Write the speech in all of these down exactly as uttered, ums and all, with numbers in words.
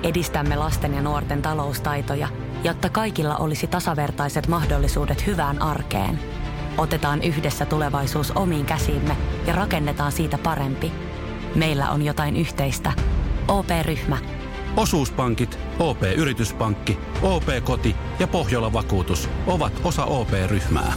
Edistämme lasten ja nuorten taloustaitoja, jotta kaikilla olisi tasavertaiset mahdollisuudet hyvään arkeen. Otetaan yhdessä tulevaisuus omiin käsiimme ja rakennetaan siitä parempi. Meillä on jotain yhteistä. O P-ryhmä. Osuuspankit, O P-yrityspankki, O P-koti ja Pohjola-vakuutus ovat osa O P-ryhmää.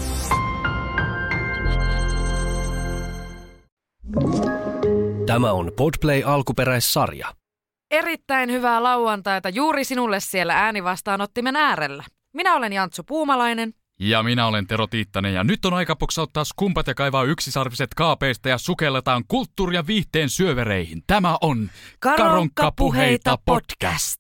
Tämä on Podplay alkuperäissarja. Erittäin hyvää lauantaita juuri sinulle siellä äänivastaanottimen äärellä. Minä olen Jantsu Puumalainen. Ja minä olen Tero Tiittanen ja nyt on aika poksauttaa skumpat ja kaivaa yksisarviset kaapeista ja sukelletaan kulttuuri- ja viihteen syövereihin. Tämä on Karonkkapuheita podcast.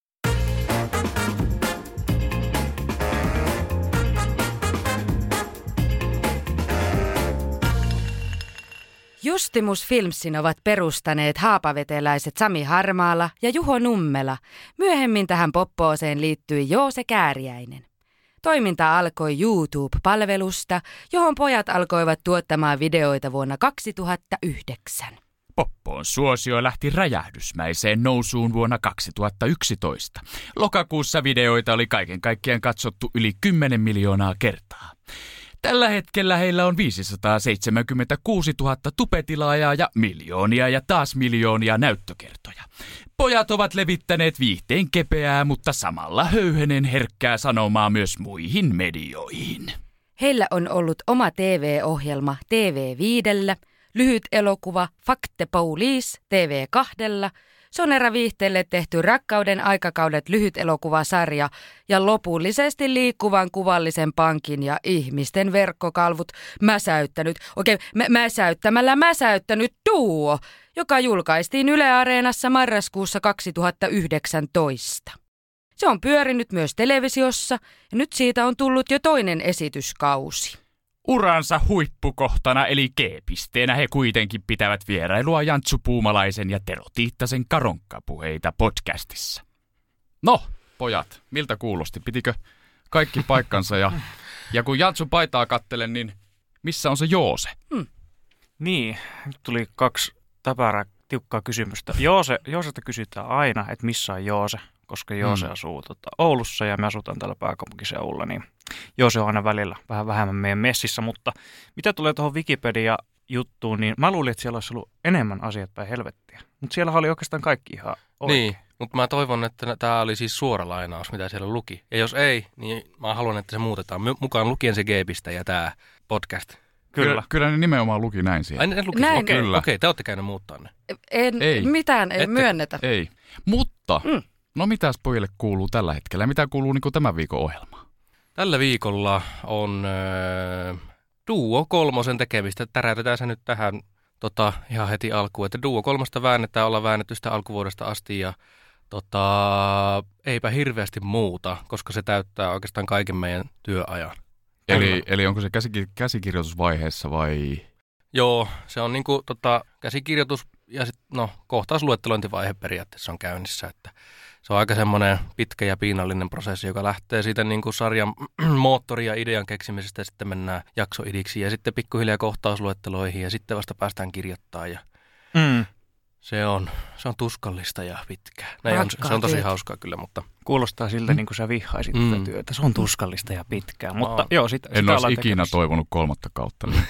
Justimus Filmsin ovat perustaneet haapaveteläiset Sami Harmaala ja Juho Nummela. Myöhemmin tähän poppooseen liittyi Joose Kääriäinen. Toiminta alkoi YouTube-palvelusta, johon pojat alkoivat tuottamaan videoita vuonna kaksituhattayhdeksän. Poppoon suosio lähti räjähdysmäiseen nousuun vuonna kaksituhattayksitoista. Lokakuussa videoita oli kaiken kaikkiaan katsottu yli kymmenen miljoonaa kertaa. Tällä hetkellä heillä on viisisataaseitsemänkymmentäkuusituhatta tubetilaajaa ja miljoonia ja taas miljoonia näyttökertoja. Pojat ovat levittäneet viihteen kepeää, mutta samalla höyhenen herkkää sanomaa myös muihin medioihin. Heillä on ollut oma T V-ohjelma T V viidellä, lyhyt elokuva Fakte Police T V kahdella, Sonera-viihteelle tehty Rakkauden aikakaudet lyhyt elokuvasarja ja lopullisesti liikkuvan kuvallisen pankin ja ihmisten verkkokalvot mäsäyttänyt, oikein mä- mäsäyttämällä mäsäyttänyt duo, joka julkaistiin Yle Areenassa marraskuussa kaksituhattayhdeksäntoista. Se on pyörinyt myös televisiossa ja nyt siitä on tullut jo toinen esityskausi. Uransa huippukohtana eli G-pisteenä he kuitenkin pitävät vierailua Jantsu Puumalaisen ja Tero Tiittasen Karonkkapuheita podcastissa. No, pojat, miltä kuulosti? Pitikö kaikki paikkansa? Ja, ja kun Jantsu paitaa kattelen, niin missä on se Joose? Hmm. Niin, nyt tuli kaksi täpärää tiukkaa kysymystä. Joose, Joosesta kysytään aina, että missä on Joose, koska Joose hmm. asuu tota, Oulussa ja me asutaan täällä pääkaupunkiseudulla, niin Joose on aina välillä vähän vähemmän meidän messissä, mutta mitä tulee tuohon Wikipedia-juttuun, niin mä luulin, että siellä olisi ollut enemmän asiat päin helvettiä. Mutta siellä oli oikeastaan kaikki ihan oikein. Niin, mutta mä toivon, että tämä oli siis suora lainaus, mitä siellä luki. Ja jos ei, niin mä haluan, että se muutetaan. Mukaan lukien se G-piste ja tämä podcast. Kyllä. Kyllä, kyllä ne nimenomaan luki näin siellä. Ai ne luki? Näin. Okei, Kyllä. okei, te olette käynyt muuttaa ne. En, Ei. Mitään ei Ette- myönnetä. Ei, mutta Mm. no mitäs pojille kuuluu tällä hetkellä? Mitä kuuluu niin kuin tämän viikon ohjelmaan? Tällä viikolla on äh, Duo kolmosen tekemistä. Täräytetään se nyt tähän tota, ihan heti alkuun. Että Duo kolmosta väännetään, ollaan väännetty sitä alkuvuodesta asti ja tota, eipä hirveästi muuta, koska se täyttää oikeastaan kaiken meidän työajan. Eli, eli onko se käsikir- käsikirjoitusvaiheessa vai? Joo, se on niinku tota, käsikirjoitus ja sit, no, kohtausluettelointivaihe periaatteessa on käynnissä. Että se on aika semmoinen pitkä ja piinallinen prosessi, joka lähtee siitä niinku sarjan moottori- ja idean keksimisestä ja sitten mennään jaksoidiksi ja sitten pikkuhiljaa kohtausluetteloihin ja sitten vasta päästään kirjoittaa. Ja Mm. se, on, se on tuskallista ja pitkää. Näin on, se on tosi hauskaa kyllä, mutta Kuulostaa siltä, mm. niin kuin sä vihaisit Mm. tätä työtä. Se on tuskallista ja pitkää, mutta Aa. joo, sitä, En sitä olisi ollaan ikinä tekemässä. toivonut kolmatta kautta. Niin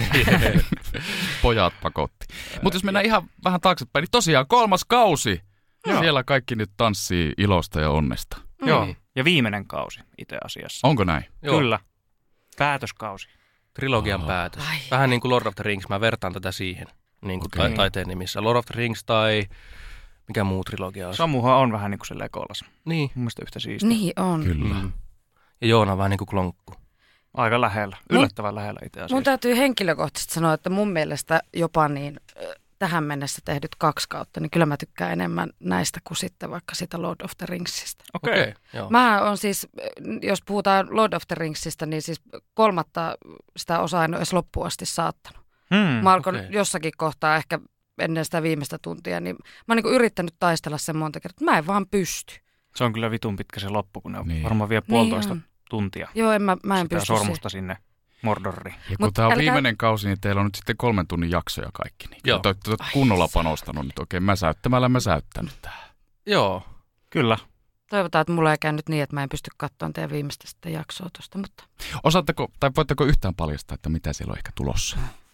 pojat pakotti. Mutta jos mennään ihan vähän taaksepäin, niin tosiaan kolmas kausi. Joo. Siellä kaikki nyt tanssii ilosta ja onnesta. Joo, Niin. ja viimeinen kausi itse asiassa. Onko näin? joo, Kyllä. Päätöskausi. trilogian Aha. päätös. Ai. Vähän niin kuin Lord of the Rings, mä vertaan tätä siihen niin kuin Okei. ta- taiteen nimissä. Lord of the Rings tai mikä muu trilogia on. Samuhan on vähän niin kuin se Legolas. Niin. Mun mielestä yhtä siistiä. Niin on. Kyllä. Mm. Ja Joona on vähän niin kuin klonkku. Aika lähellä. Yllättävän lähellä itse asiassa. Mun täytyy henkilökohtaisesti sanoa, että mun mielestä jopa niin ö, tähän mennessä tehdyt kaksi kautta, niin kyllä mä tykkään enemmän näistä kuin sitten vaikka sitä Lord of the Ringsista. Okei. Okei, joo. Mä on siis, jos puhutaan Lord of the Ringsista, niin siis kolmatta sitä osaa en ole edes loppuun asti saattanut. Hmm. Mä alkoin okei. jossakin kohtaa ehkä ennen sitä viimeistä tuntia, niin mä oon niin yrittänyt taistella sen monta kertaa, että mä en vaan pysty. Se on kyllä vitun pitkä se loppu, kun ne on Niin. varmaan vielä Niin puolitoista on. tuntia. Joo, en mä, mä en Sitä pysty sormusta sinne Mordoriin. Ja kun Mut tämä on älkää- viimeinen kausi, niin teillä on nyt sitten kolmen tunnin jaksoja kaikki. Niin Joo. te olette kunnolla panostanut nyt oikein mäsäyttämällä mäsäyttänyt tähän. Joo. Kyllä. Toivotaan, että mulla ei käynyt niin, että mä en pysty katsomaan teidän viimeistä sitä jaksoa tuosta, mutta... Osaatteko, tai voitteko yhtään paljastaa, että mitä siellä on ehkä tulossa?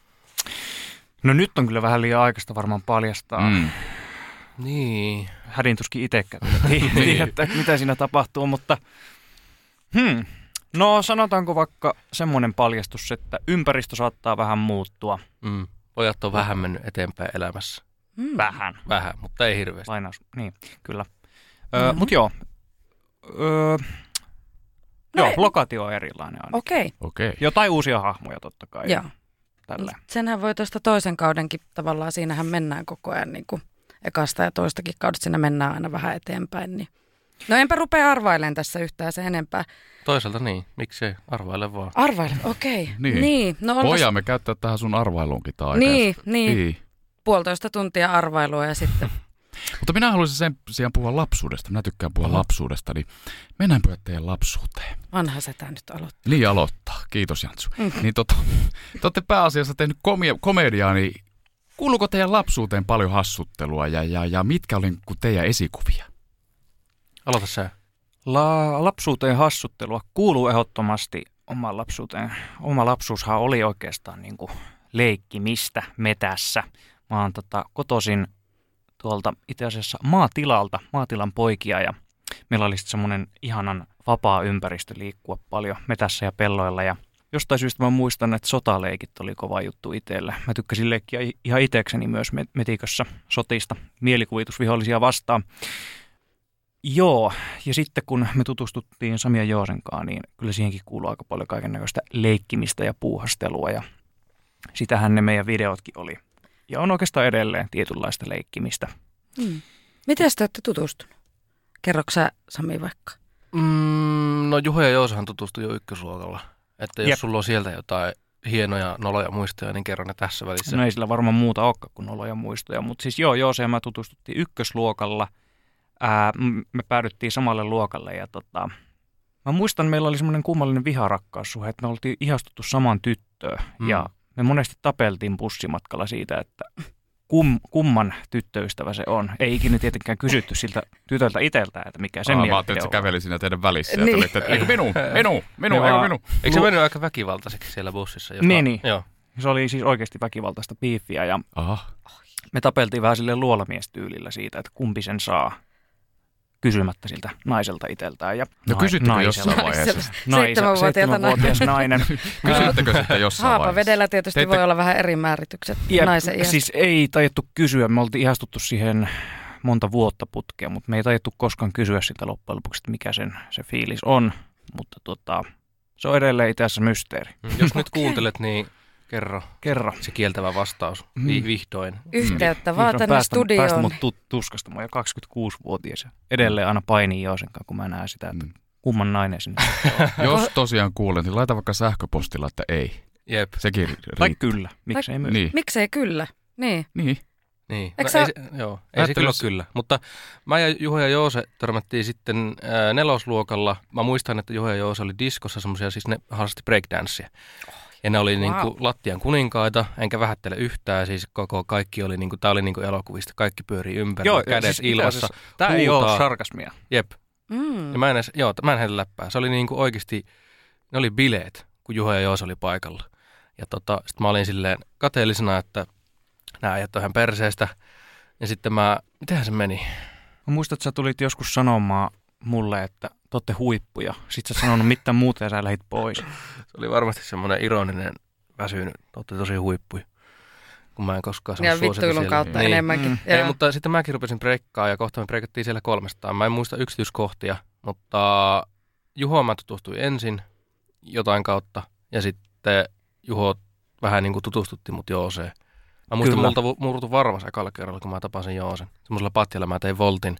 No nyt on kyllä vähän liian aikaista varmaan paljastaa. Mm. Niin. Hädin tuskin itsekään tiedä, että mitä siinä tapahtuu, mutta... Hmm. No sanotaanko vaikka semmoinen paljastus, että ympäristö saattaa vähän muuttua. Mm. Pojat on vähän mennyt eteenpäin elämässä. Mm. Vähän. Vähän, mutta ei hirveästi. Lainaus, niin, kyllä. Öö, Mm-hmm. Mutta joo, öö, No joo ei. lokaatio on erilainen aina. Okei, Okei. Jotain uusia hahmoja totta kai. joo. Tällä. Senhän voi tuosta toisen kaudenkin tavallaan, siinähän mennään koko ajan niin kuin ekasta ja toistakin kaudesta, siinä mennään aina vähän eteenpäin. Niin. No enpä rupea arvailemaan tässä yhtään se enempää. Toisaalta niin, miksei, arvaile vaan. Arvaile, okei. Niin. niin. No oltais... Voidaan me käyttää tähän sun arvailuunkin tämä aika. Niin, niin, niin. puolitoista tuntia arvailua ja sitten... Mutta minä haluaisin sen sijaan puhua lapsuudesta. Minä tykkään puhua Oho. lapsuudesta, niin mennään pyydä teidän lapsuuteen. Vanha setä nyt aloittaa. Niin aloittaa. Kiitos Jantsu. Mm. Niin tota, te olette pääasiassa tehnyt komia, komediaa, niin kuuluuko teidän lapsuuteen paljon hassuttelua ja, ja, ja mitkä oli kuin teidän esikuvia? Aloita sä. La- lapsuuteen hassuttelua kuuluu ehdottomasti omaan lapsuuteen. Oma lapsuushan oli oikeastaan niin kuin leikkimistä metässä. Mä oon tota, kotoisin tuolta itse asiassa maatilalta, maatilan poikia ja meillä oli sitten semmoinen ihanan vapaa ympäristö liikkua paljon metässä ja pelloilla ja jostain syystä mä muistan, että sotaleikit oli kova juttu itselle. Mä tykkäsin leikkiä ihan itsekseni myös metikössä sotista, mielikuvitusvihollisia vastaan. Joo, ja sitten kun me tutustuttiin Sami ja Joosenkaan, niin kyllä siihenkin kuuluu aika paljon kaikennäköistä leikkimistä ja puuhastelua ja sitähän ne meidän videotkin oli. Ja on oikeastaan edelleen tietynlaista leikkimistä. Hmm. Miten te olette tutustunut? Kerroksä sä, Sami vaikka? Mm, no Juho ja Joosahan tutustui jo ykkösluokalla. Että jos Jep. sulla on sieltä jotain hienoja noloja muistoja, niin kerro ne tässä välissä. No ei sillä varmaan muuta olekaan kuin oloja muistoja, mutta siis joo, Joose ja mä tutustuttiin ykkösluokalla. Ää, me päädyttiin samalle luokalle ja tota, mä muistan, meillä oli semmoinen kummallinen viharakkaussuhe, että me oltiin ihastuttu samaan tyttöön Mm. ja me monesti tapeltiin bussimatkalla siitä, että kum, kumman tyttöystävä se on. Ei ikinä tietenkään kysytty siltä tytöltä itseltä, että mikä sen Aa, mä mielipide ajattelin, että se on. käveli siinä teidän välissä ja Niin. tulitte, että eikö minu, minu, minu, Me eikö vaan- minu. Eikö se mennyt aika väkivaltaiseksi siellä bussissa? Jopa? Niin, niin. Joo. Se oli siis oikeasti väkivaltaista biifiä ja Aha. me tapeltiin vähän silleen luolamiestyylillä siitä, että kumpi sen saa kysymättä siltä naiselta itseltään. Ja No nai- kysyttekö naiselta. jossain vaiheessa? Naisa, Seitsemänvuotiaalta seitsemänvuotias nainen. Kysyttekö sitten jossain vaiheessa? Haapavedellä tietysti Teitte- voi olla vähän eri määritykset Ja naisen iästä. siis ei taidettu kysyä, me oltiin ihastuttu siihen monta vuotta putkea, mutta me ei taidettu koskaan kysyä sitä loppujen lopuksi, että mikä sen se fiilis on. Mutta tota, se on edelleen itse asiassa mysteeri. Mm. Jos nyt kuuntelet, niin kerro Kerro. se kieltävä vastaus. Vi- vihdoin. Yhteyttä vaan Vihdoin tänne päästä, päästä studioon. mut tu- tuskasta. Mä oon jo kaksikymmentäkuusi-vuotias ja edelleen aina painii Joosenkaan, kun mä näen sitä, että Mm. kumman nainen sinne. Jos tosiaan kuulen, niin laita vaikka sähköpostilla, että ei. Jep. Sekin Tai riittää. kyllä, miksei myös. Niin. Miksei kyllä? Niin. Niin. Niin. Eikö No, sä- ei, se, joo, ei se Ajattelin, kyllä ole jos- kyllä. Mutta mä ja Juho ja Joose törmättiin sitten ää, nelosluokalla. Mä muistan, että Juho ja Joose oli diskossa semmoisia, siis ne harrasti breakdancea. Ja ne oli Wow. niinku lattian kuninkaita, enkä vähättele yhtään, siis koko kaikki oli niinku, tää oli niinku elokuvista, kaikki pyörii ympäri, Joo, kädet siis itse ilmassa. asiassa Tää ei huutaa. ole sarkasmia. Jep. Mm. Ja mä en edes, joo, mä en heitä läppää. Se oli niinku oikeasti, ne oli bileet, kun Juho ja Joose oli paikalla. Ja tota, sit mä olin silleen kateellisena, että nää ajat on ihan perseestä. Ja sitten mä, mitenhän se meni? Mä muistan, että sä tulit joskus sanomaan mulle, että te ootte huippuja. Sitten sä et sanonut mitään muuta ja sä lähit pois. Se oli varmasti semmoinen ironinen väsynyt, te ootte tosi huippuja. Kun mä en koskaan Ja saanut suosita vittuilun siellä. kautta Niin. enemmänkin. Mm. Ei, Joo. mutta sitten mäkin rupesin breikkaa ja kohta me breikattiin siellä kolmestaan. Mä en muista yksityiskohtia, mutta Juho mä tutustuin ensin jotain kautta ja sitten Juho vähän niin kuin tutustutti mut Jooseen. Mä muistan, Kyllä. multa vu- murtu varvas ekalla kerralla, kun mä tapasin Joosen. Semmoisella patjalla mä tein voltin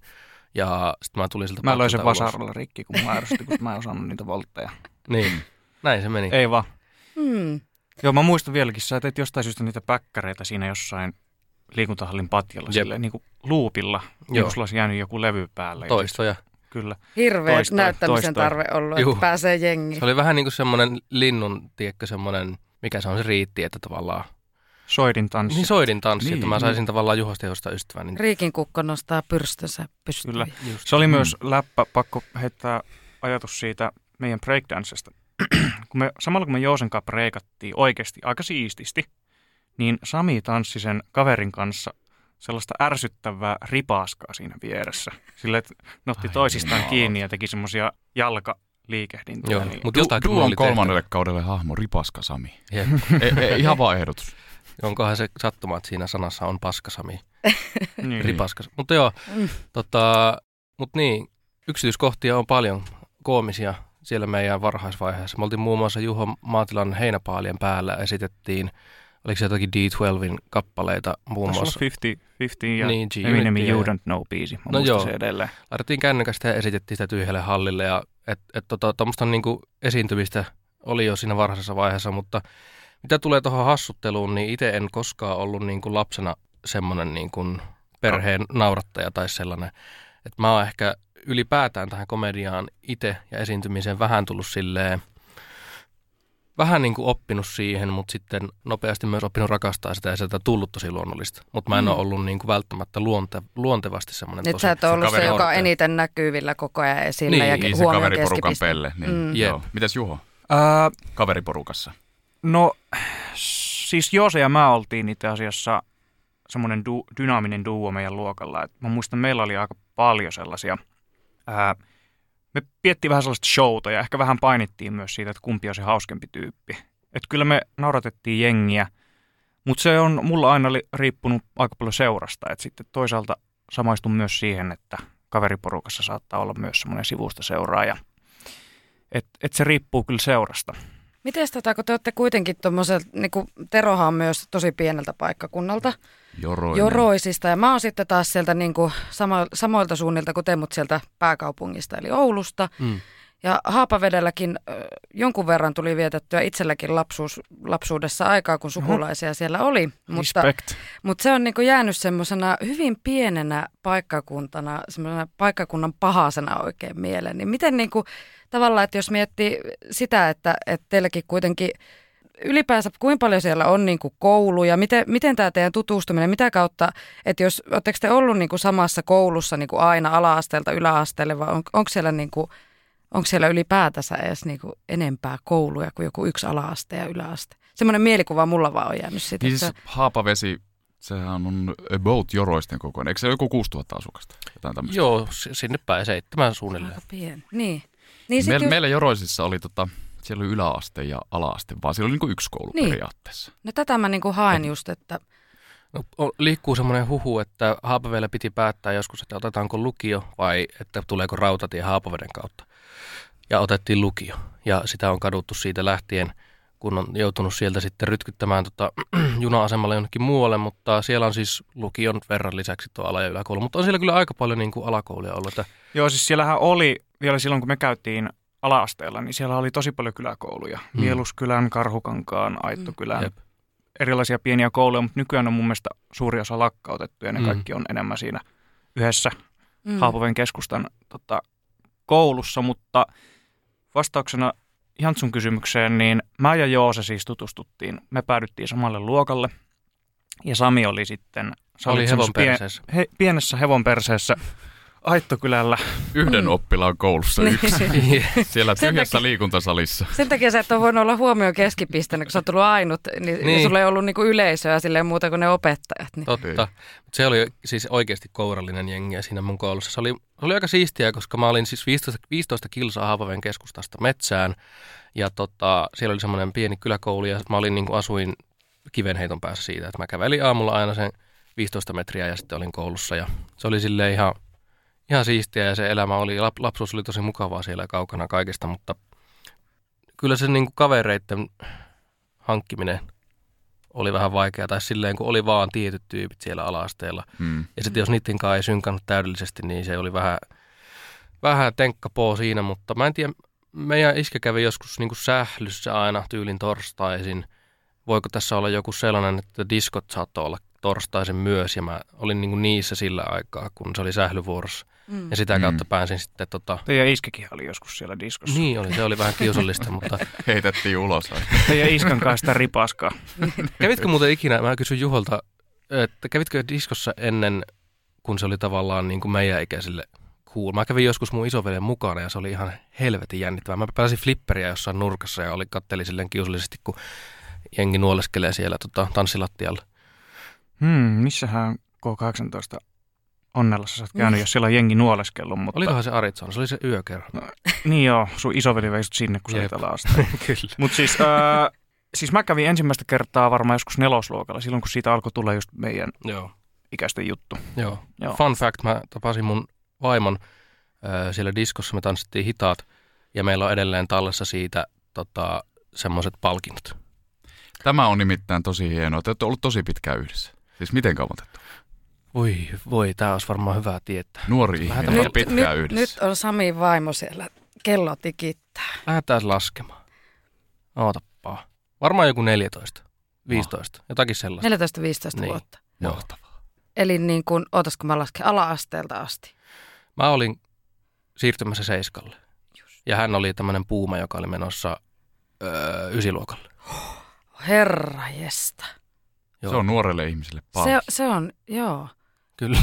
ja sitten mä tulin siltä Mä löin sen patjalta ulos. vasaralla rikki, kun mä ärsytin, kun mä en osannut niitä voltteja. Niin, näin se meni. Ei vaan. Mm. Joo, mä muistan vieläkin, sä teit jostain syystä niitä päkkäreitä siinä jossain liikuntahallin patjalla, Jep. silleen niin kuin luupilla, Joo. jos sulla olisi jäänyt joku levy päälle. Ja Toistoja. sit- Kyllä. Hirveä Toistoi, näyttämisen toistoi. tarve ollut, Juu. että pääsee jengiin. Se oli vähän niin kuin semmoinen linnun, tiedätkö, semmoinen, mikä se on se riitti, että tavallaan Soidin tanssi. Niin soidin tanssi, Niin, että mä niin. saisin tavallaan Juhosta josta ystävän. Niin... Riikin kukko nostaa pyrstönsä pystyyn. Kyllä. Just. Se oli Mm. myös läppä, pakko heittää ajatus siitä meidän breakdancesta. kun me, samalla kun me Joosen kanssa breikattiin oikeasti aika siististi, niin Sami tanssi sen kaverin kanssa sellaista ärsyttävää ripaskaa siinä vieressä. Sille, että ne otti Ai toisistaan jumala. kiinni ja teki semmoisia jalkaliikehdintöjä. Joo, Niin. mutta Du- jostakin mulla Duon oli kolmannelle kaudelle hahmo Ripaska Sami. Jep. e, e, ihan vaan ehdotus. Onkohan se sattuma, että siinä sanassa on Paskasami, Niin. Ripaskas. Mutta joo, Mm. tota, mut niin, yksityiskohtia on paljon koomisia siellä meidän varhaisvaiheessa. Me oltiin muun muassa Juho Maatilan Heinäpaalien päällä, esitettiin, oliko se jotakin D twelven kappaleita muun Tässä on muassa. viisikymmentä viisikymmentä ja Niin, niin, Eminemin G-Unity You ja- Don't Know biisi. Mä No muistan joo. se edelleen. Laitettiin kännykästä ja esitettiin sitä tyhjälle hallille. Ja et, et, tota, tommoista niinku esiintymistä oli jo siinä varhaisessa vaiheessa, mutta mitä tulee tuohon hassutteluun, niin itse en koskaan ollut niinku lapsena semmoinen niinku perheen naurattaja tai sellainen. Että mä oon ehkä ylipäätään tähän komediaan itse ja esiintymiseen vähän tullut silleen, vähän niin kuin oppinut siihen, mutta sitten nopeasti myös oppinut rakastaa sitä ja sieltä tullut tosi luonnollista. Mutta mä en Mm. ole ollut niin kuin välttämättä luonte, luontevasti semmoinen Nyt tosi... sä et ole ollut se, kaveri joka on ortea. eniten näkyvillä koko ajan esillä Niin, ja Niin se huomion kaveriporukan keskipiste. pelle. Niin. Mm. Joo. Jep. Mitäs Juho? Ää, Kaveriporukassa. no, siis Joose ja mä oltiin itse asiassa semmoinen du- dynaaminen duo meidän luokalla. Et mä muistan, meillä oli aika paljon sellaisia. Ää, me piettiin vähän sellaista showta ja ehkä vähän painittiin myös siitä, että kumpi on se hauskempi tyyppi. Että kyllä me nauratettiin jengiä, mutta se on mulla aina li- riippunut aika paljon seurasta. Et sitten toisaalta samaistun myös siihen, että kaveriporukassa saattaa olla myös semmoinen sivusta seuraaja. Että et se riippuu kyllä seurasta. Miten tota, kun te olette kuitenkin tuommoiselta, niin kuin Terohan on myös tosi pieneltä paikkakunnalta, Joroinen. Joroisista, ja mä oon sitten taas sieltä niin kuin samo, samoilta suunnilta kuin te, mutta sieltä pääkaupungista, eli Oulusta. Mm. Ja Haapavedelläkin ö, jonkun verran tuli vietettyä itselläkin lapsuus, lapsuudessa aikaa, kun sukulaisia siellä oli. Mutta, Respect. mutta se on niin kuin jäänyt semmoisena hyvin pienenä paikkakuntana, semmoisena paikkakunnan pahasena oikein mieleen. Niin miten niin kuin, tavallaan, että jos miettii sitä, että, että teilläkin kuitenkin ylipäänsä kuinka paljon siellä on niin kuin kouluja, miten, miten tämä teidän tutustuminen, mitä kautta, että jos, oletteko te ollut niin kuin samassa koulussa niin kuin aina ala-asteelta yläasteelle vai on, onko siellä niin kuin, onko siellä ylipäätänsä edes niin kuin enempää kouluja kuin joku yksi ala-aste ja yläaste? Semmoinen mielikuva mulla vaan on jäänyt siitä. Niin että siis Haapavesi, sehän on about Joroisten kokoinen. Eikö se ole joku kuusituhatta asukasta? Jotain tämmöistä. Joo, s- sinne päin seitsemän se on suunnilleen. aika pieni. Niin. niin sit Meillä, just, meillä Joroisissa oli, tota, siellä oli yläaste ja alaaste, vaan siellä oli niinku yksi koulu Niin. periaatteessa. no tätä mä niin kuin haen just, että No, o- liikkuu semmoinen huhu, että Haapavedellä piti päättää joskus, että otetaanko lukio vai että tuleeko rautatie Haapaveden kautta. Ja otettiin lukio. Ja sitä on kaduttu siitä lähtien, kun on joutunut sieltä sitten rytkyttämään tota, juna-asemalle jonnekin muualle, mutta siellä on siis lukion verran lisäksi tuo ala- ja yläkoulu. Mutta on siellä kyllä aika paljon niin kuin alakouluja ollut. Että Joo, siis siellähän oli, vielä silloin kun me käytiin ala-asteella, niin siellä oli tosi paljon kyläkouluja. Mm. Mieluskylän, Karhukankaan, Aittokylän, Jep. erilaisia pieniä kouluja, mutta nykyään on mun mielestä suuri osa lakkautettu ja ne Mm. kaikki on enemmän siinä yhdessä mm, Haapaven keskustan tota, koulussa, mutta vastauksena Jantsun kysymykseen, niin mä ja Joose siis tutustuttiin. Me päädyttiin samalle luokalle ja Sami oli sitten... sä oli olit hevon semmosessa perseessä. Pie, he, pienessä hevonperseessä Aittokylällä. Yhden Mm. oppilaan koulussa yksi. Siellä Sen tyhjässä takia- liikuntasalissa. sen takia sä et ole voinut olla huomioon keskipisteenä, kun sä oot tullut ainut, niin, niin. Niin. sulla ei ollut niin kuin yleisöä silleen muuta kuin ne opettajat. Niin. Totta. Mutta se oli siis oikeasti kourallinen jengi siinä mun koulussa. Se oli, se oli aika siistiä, koska mä olin siis viisitoista, viisitoista kilsaa Haapaven keskustasta metsään. Ja tota, siellä oli semmoinen pieni kyläkoulu ja mä olin niin kuin asuin kivenheiton päässä siitä. Että mä kävelin aamulla aina sen viisitoista metriä ja sitten olin koulussa. Ja se oli silleen ihan, ihan siistiä ja se elämä oli, lap, lapsuus oli tosi mukavaa siellä kaukana kaikesta. Mutta kyllä se niin kuin kavereiden hankkiminen oli vähän vaikeaa, tai silleen, kun oli vaan tietyt tyypit siellä ala-asteella. Mm. Ja sitten jos niiden kanssa ei synkannut täydellisesti, niin se oli vähän, vähän tenkkapoo siinä, mutta mä en tiedä, meidän iskä kävi joskus niin kuin sählyssä aina tyylin torstaisin. Voiko tässä olla joku sellainen, että diskot saattoi olla torstaisin myös, ja mä olin niin kuin niissä sillä aikaa, kun se oli sählyvuorossa. Mm. Ja sitä kautta mm. pääsin sitten... Tota... Teidän iskäkin oli joskus siellä diskossa. Niin oli, se oli vähän kiusallista, mutta... Heitettiin ulos. Teidän iskan kanssa sitä ripaskaa. Kävitkö muuten ikinä, mä kysyn Juholta, että kävitkö diskossa ennen, kun se oli tavallaan niin kuin meidän ikäisille cool? Mä kävin joskus mun isoveljen mukana ja se oli ihan helvetin jännittävää. Mä pääsin flipperiä jossain nurkassa ja oli katteli silleen kiusallisesti, kun jengi nuoleskelee siellä tota, tanssilattialla. Hmm, missähän K kahdeksantoista Onnellassa sä oot käynyt, mm. jos siellä on jengi nuoleskellut. Mutta... Olikohan se Arizona? Se oli se yökerho. No, niin joo, sun isoveli vei sinne, kun sä olit alasta. Kyllä. Mutta siis, äh, siis mä kävin ensimmäistä kertaa varmaan joskus nelosluokalla, silloin kun siitä alkoi tulla just meidän joo. ikäisten juttu. Joo. joo. Fun fact, mä tapasin mun vaimon äh, siellä diskossa, me tanssittiin hitaat ja meillä on edelleen tallessa siitä tota, semmoiset palkinnot. Tämä on nimittäin tosi hienoa. Te olette ollut tosi pitkään yhdessä. Siis miten kauan te? Voi, voi, tää olisi varmaan hyvä tietää. Nuori ihminen on pitkään nyt, yhdessä. Nyt on Sami vaimo siellä. Kello tikittää. Lähdetään laskemaan. Ootapaa. Varmaan joku neljätoista, viisitoista, oh. jotakin sellaista. neljätoista viisitoista niin. vuotta. Johtavaa. Eli niin kuin, ootas kun mä lasken ala-asteelta asti. Mä olin siirtymässä seiskalle. Just. Ja hän oli tämmöinen puuma, joka oli menossa öö, ysiluokalle. Herra jesta. Joo. Se on nuorelle ihmiselle paljon. Se, se on, joo. Kyllä.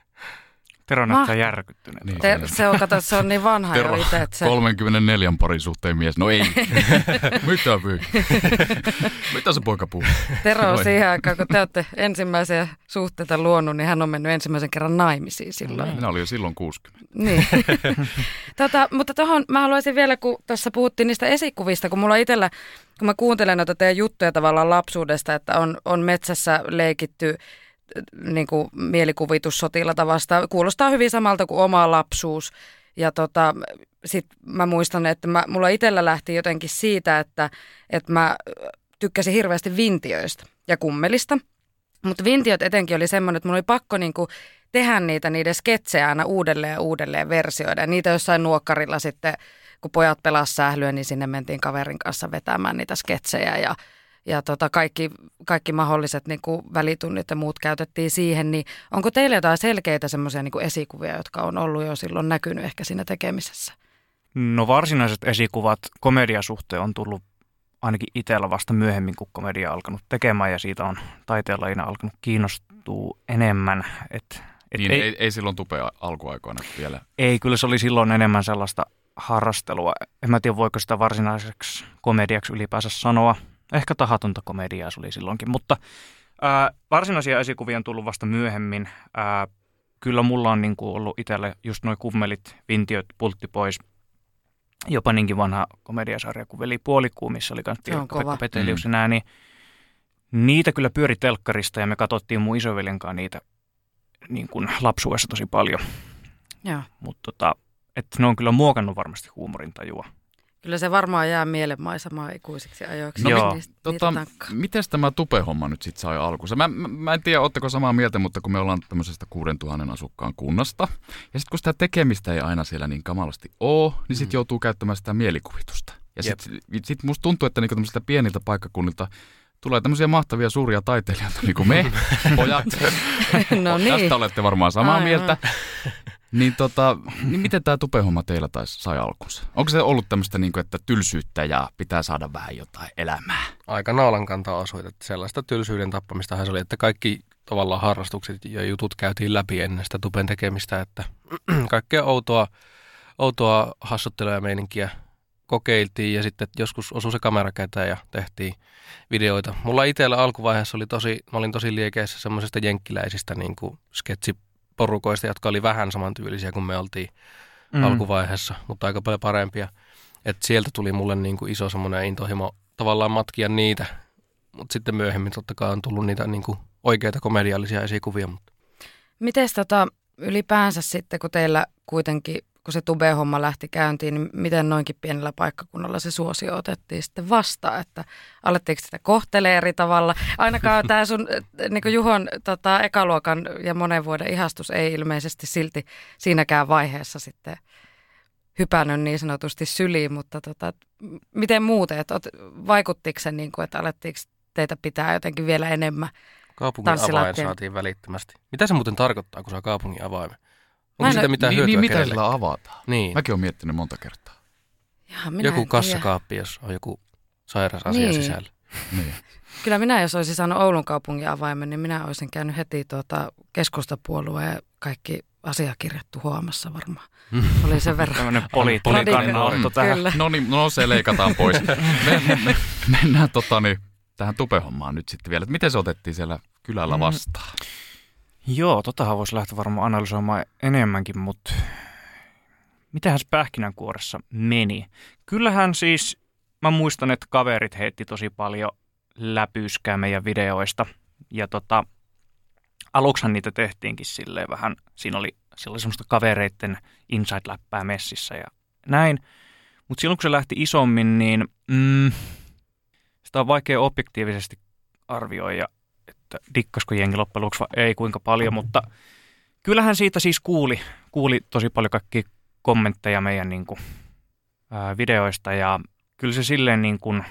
Tero näyttää järkyttyneet. Niin, Te, se on, kato, se on niin vanha Tero, jo itse, että se... kolmekymmentäneljä parisuhteen mies. No ei. Mitä pyy? Mitä se poika puhuu? Tero on siihen aikaan, kun te olette ensimmäisiä suhteita luonut, niin hän on mennyt ensimmäisen kerran naimisiin silloin. Minä olin jo silloin kuusikymmentä. Niin. tota, mutta tuohon mä haluaisin vielä, kun tuossa puhuttiin niistä esikuvista, kun mulla itsellä, kun mä kuuntelen noita teidän juttuja tavallaan lapsuudesta, että on, on metsässä leikitty niin kuin mielikuvitussotilatavasta. Kuulostaa hyvin samalta kuin oma lapsuus. Ja tota, sit mä muistan, että mä, mulla itsellä lähti jotenkin siitä, että, että mä tykkäsin hirveästi vintiöistä ja kummelista. Mutta vintiöt etenkin oli semmoinen, että mulla oli pakko niin kuin tehdä niitä niiden sketsejä aina uudelleen ja uudelleen versioida. Ja niitä jossain nuokkarilla sitten, kun pojat pelasivat sählyä, niin sinne mentiin kaverin kanssa vetämään niitä sketsejä ja Ja tota, kaikki, kaikki mahdolliset niin kuin välitunnit ja muut käytettiin siihen, niin onko teillä jotain selkeitä semmoisia niin kuin esikuvia, jotka on ollut jo silloin näkynyt ehkä siinä tekemisessä? No varsinaiset esikuvat komediasuhteen on tullut ainakin itsellä vasta myöhemmin, kun komedia on alkanut tekemään ja siitä on taiteenlajina alkanut kiinnostua enemmän. Et, et niin ei, ei, ei silloin tupea alkuaikoina vielä? Ei, kyllä se oli silloin enemmän sellaista harrastelua. En mä tiedä, voiko sitä varsinaiseksi komediaksi ylipäänsä sanoa. Ehkä tahatonta komediaa se oli silloinkin, mutta ää, varsinaisia esikuvia on tullut vasta myöhemmin. Ää, kyllä mulla on niin kuin ollut itselle just noi kummelit, vintiöt, pultti pois. Jopa niinkin vanha komediasarja kuin Veli Puolikuu, missä oli myös Pekka Petelius ja nää, niin niitä kyllä pyöri telkkarista ja me katsottiin mun isoveljen kanssa niitä niin kuin lapsuudessa tosi paljon. Mutta tota, ne on kyllä muokannut varmasti huumorintajua. Kyllä se varmaan jää mielenmaisemaan ikuisiksi ajoiksi. No, Joo. Niistä, tota, miten tämä tupehomma nyt sitten sai alkunsa? Mä, mä, mä en tiedä, ootteko samaa mieltä, mutta kun me ollaan tämmöisestä kuudentuhannen asukkaan kunnasta, ja sitten kun sitä tekemistä ei aina siellä niin kamalasti ole, niin sitten mm. joutuu käyttämään sitä mielikuvitusta. Ja sitten sit musta tuntuu, että niinku tämmöisiltä pieniltä paikkakunnilta tulee tämmöisiä mahtavia suuria taiteilijoita, niin kuin me, pojat. No niin. Tästä olette varmaan samaa Aivan. mieltä. Niin, tota, niin miten tämä tupehomma teillä taisi sai alkunsa? Onko se ollut tämmöistä, niin kuin, että tylsyyttä ja pitää saada vähän jotain elämää? Aika naalan kantaa osuit, että sellaista tylsyyden tappamistahan se oli, että kaikki tavallaan harrastukset ja jutut käytiin läpi ennen sitä tupen tekemistä, että kaikkea outoa, outoa hassuttelua ja meininkiä kokeiltiin ja sitten joskus osui se kamera käteen ja tehtiin videoita. Mulla itsellä alkuvaiheessa oli tosi, mä olin tosi liekeissä semmoisesta jenkkiläisistä niin kuin sketsi porukoista, jotka oli vähän samantyylisiä kuin me oltiin mm. alkuvaiheessa, mutta aika paljon parempia. Et sieltä tuli mulle niinku iso semmoinen intohimo tavallaan matkia niitä, mutta sitten myöhemmin totta kai on tullut niitä niinku oikeita komediallisia esikuvia. Mites tota, ylipäänsä sitten, kun teillä kuitenkin, kun se tube-homma lähti käyntiin, niin miten noinkin pienellä paikkakunnalla se suosio otettiin sitten vastaan, että alettiinko sitä kohtelee eri tavalla? Ainakaan tämä sun niin kuin Juhon tota, ekaluokan ja monen vuoden ihastus ei ilmeisesti silti siinäkään vaiheessa sitten hypännyt niin sanotusti syliin, mutta tota, miten muuten, että vaikuttiko se niin kuin, että alettiinko teitä pitää jotenkin vielä enemmän kaupungin avain saatiin välittömästi. Mitä se muuten tarkoittaa, kun saa kaupungin avaimen? Onko sitä mitään niin, hyötyä niin, mitä kenellekään? sillä avataan? Niin. Mäkin olen miettinyt monta kertaa. Ja minä Joku en kassakaappi, jos on joku sairas asia Niin. sisällä. Niin. Kyllä minä, jos olisin saanut Oulun kaupungin avaimen, niin minä olisin käynyt heti tuota keskustapuolueen ja kaikki asiakirjat tuhoamassa varmaan. Oli sen verran. Tämmöinen poliittinen kannanotto tähän. Kyllä. No niin, no se leikataan pois. Me, me, me, mennään tota, niin, tähän tupehommaan nyt sitten vielä. Et miten se otettiin siellä kylällä vastaan? Mm. Joo, totahan voisi lähteä varmaan analysoimaan enemmänkin, mutta mitähän se pähkinänkuoressa meni? Kyllähän siis, mä muistan, että kaverit heitti tosi paljon läpyskää meidän videoista. Ja tota, aluksihan niitä tehtiinkin silleen vähän, siinä oli, siinä oli semmoista kavereitten inside-läppää messissä ja näin. Mutta silloin kun se lähti isommin, niin mm, sitä on vaikea objektiivisesti arvioida, että dikkasko jengi loppujen lopuksi vai ei kuinka paljon, mutta kyllähän siitä siis kuuli, kuuli tosi paljon kaikkia kommentteja meidän niin kuin, ää, videoista ja kyllä se silleen niin kuin,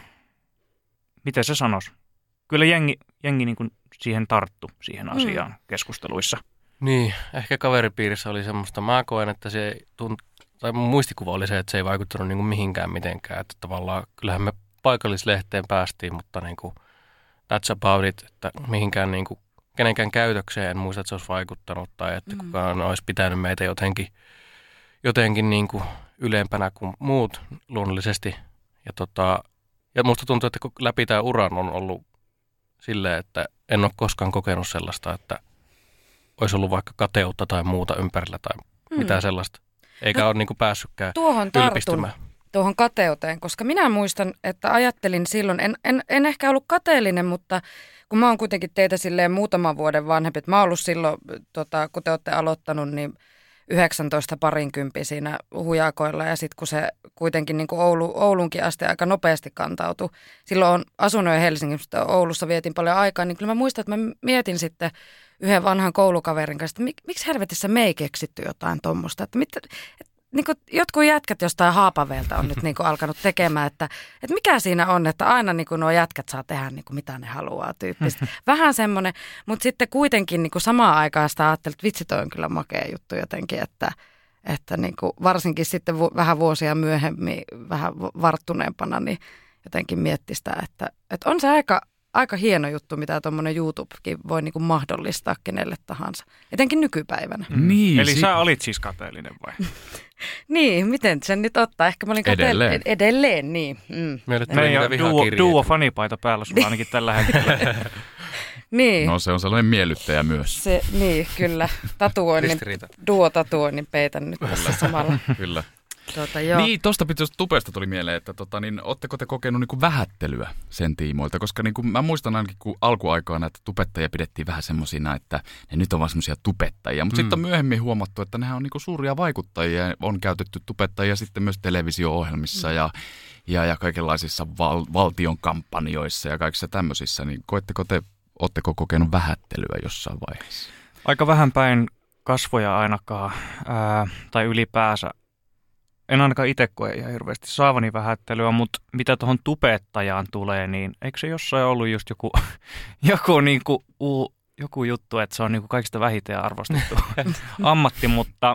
miten se sanoisi, kyllä jengi, jengi niin kuin siihen tarttu siihen asiaan mm. keskusteluissa. Niin, ehkä kaveripiirissä oli semmoista, mä koen, että se tunt, tai mun muistikuva oli se, että se ei vaikuttanut niin kuin mihinkään mitenkään, että tavallaan kyllähän me paikallislehteen päästiin, mutta niin kuin that's about it, että mihinkään niin kuin kenenkään käytökseen en muista, että se olisi vaikuttanut tai että mm. kukaan olisi pitänyt meitä jotenkin, jotenkin niin kuin ylempänä kuin muut luonnollisesti. Ja, tota, ja musta tuntuu, että läpi tämä uran on ollut silleen, että en ole koskaan kokenut sellaista, että olisi ollut vaikka kateutta tai muuta ympärillä tai mm. mitään sellaista. Eikä no, ole niin kuin päässytkään tuohon ylpistymään. Tartun, tuohon kateuteen, koska minä muistan, että ajattelin silloin, en, en, en ehkä ollut kateellinen, mutta kun mä oon kuitenkin teitä silleen muutaman vuoden vanhempi, että mä oon ollut silloin, tota, kun te olette aloittanut, niin yhdeksäntoista parinkymppi siinä hujakoilla ja sitten kun se kuitenkin niin kuin Oulu, Oulunkin asti aika nopeasti kantautui. Silloin on asunut jo Helsingissä, Oulussa vietin paljon aikaa, niin kyllä mä muistan, että mä mietin sitten yhden vanhan koulukaverin kanssa, että mik, miksi helvetissä me ei keksitty jotain tuommoista, että, mit, että niin kuin jotkut jätkät jostain Haapaveelta on nyt niin kuin alkanut tekemään, että, että mikä siinä on, että aina niin kuin nuo jätkät saa tehdä niin kuin mitä ne haluaa tyyppistä. Vähän semmoinen, mutta sitten kuitenkin niin kuin samaan aikaan sitä ajattelin, että vitsi toi on kyllä makea juttu jotenkin, että, että niin kuin varsinkin sitten vu- vähän vuosia myöhemmin, vähän varttuneempana, niin jotenkin mietti sitä, että, että on se aika, aika hieno juttu, mitä tuommoinen YouTubekin voi niin kuin mahdollistaa kenelle tahansa, etenkin nykypäivänä. Mm. Niin, Eli si- sä olit siis kateellinen vai? Niin, miten sen nyt ottaa? Ehkä mä olin kateellinen. Edelleen. Edelleen, niin. Mm. Meille tuli Meidän niitä duo, vihakirjeitä. duo fanipaita päällä sulla ainakin tällä hetkellä. Niin. No se on sellainen miellyttäjä myös. Se, niin, kyllä. Tatuoinnin, Ristiriita. duo-tatuoinnin peitän nyt tässä samalla. Kyllä. Tuota, joo. Niin, tuosta tuosta tupesta tuli mieleen, että tota, niin, ootteko te kokenut niin kuin vähättelyä sen tiimoilta? Koska niin kuin, mä muistan ainakin, kun alkuaikoina, että tubettajia pidettiin vähän semmosina, että ne nyt on vaan semmoisia tubettajia. Mutta mm. sitten on myöhemmin huomattu, että nehän on niin kuin suuria vaikuttajia. On käytetty tubettajia sitten myös televisio-ohjelmissa mm. ja, ja, ja kaikenlaisissa val, valtion kampanjoissa ja kaikissa tämmöisissä. Niin koetteko te, ootteko kokenut vähättelyä jossain vaiheessa? Aika vähän päin kasvoja ainakaan, ää, tai ylipäänsä. En ainakaan itse koe ihan hirveästi saavani vähättelyä, mutta mitä tuohon tubettajaan tulee, niin eikö se jossain ollut just joku, joku, niinku, uu, joku juttu, että se on niinku kaikista vähiten arvostettu ammatti, mutta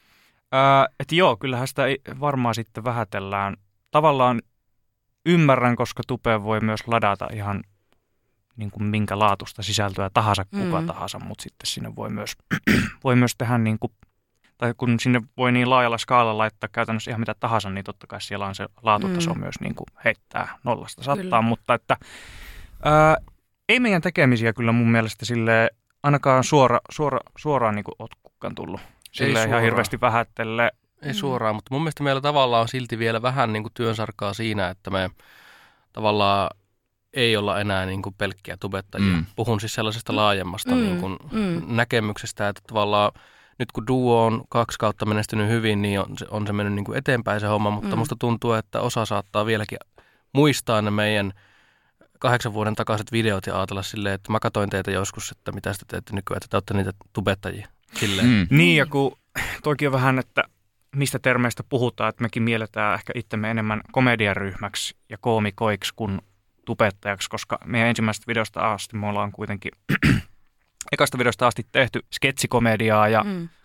ää, et joo, kyllähän sitä varmaan sitten vähätellään. Tavallaan ymmärrän, koska tubeen voi myös ladata ihan niin kuin minkä laatusta sisältöä tahansa, kuka mm. tahansa, mutta sitten sinne voi myös, voi myös tehdä niin kuin, tai kun sinne voi niin laajalla skaalalla laittaa käytännössä ihan mitä tahansa, niin totta kai siellä on se laatutaso mm. myös niin kuin heittää nollasta sattaan, mutta että ää, ei meidän tekemisiä kyllä mun mielestä silleen, ainakaan suora, suora, suoraan niin kuin oot kukaan tullut silleen ihan hirveästi vähättelee. Ei suoraan, mutta mun mielestä meillä tavallaan on silti vielä vähän niin kuin työnsarkaa siinä, että me tavallaan ei olla enää niin kuin pelkkiä tubettajia. Mm. Puhun siis sellaisesta laajemmasta mm. niin kuin mm. näkemyksestä, että tavallaan nyt kun duo on kaksi kautta menestynyt hyvin, niin on se, on se mennyt niin kuin eteenpäin se homma, mutta mm. musta tuntuu, että osa saattaa vieläkin muistaa ne meidän kahdeksan vuoden takaiset videot ja ajatella silleen, että mä katoin teitä joskus, että mitä te teette nykyään, että te olette niitä tubettajia. Mm. Niin, ja kun toikin on vähän, että mistä termeistä puhutaan, että mekin mielletään ehkä itsemme enemmän komediaryhmäksi ja koomikoiksi kuin tubettajaksi, koska meidän ensimmäisestä videosta asti me ollaan kuitenkin ekasta videosta asti tehty sketsikomediaa ja mm.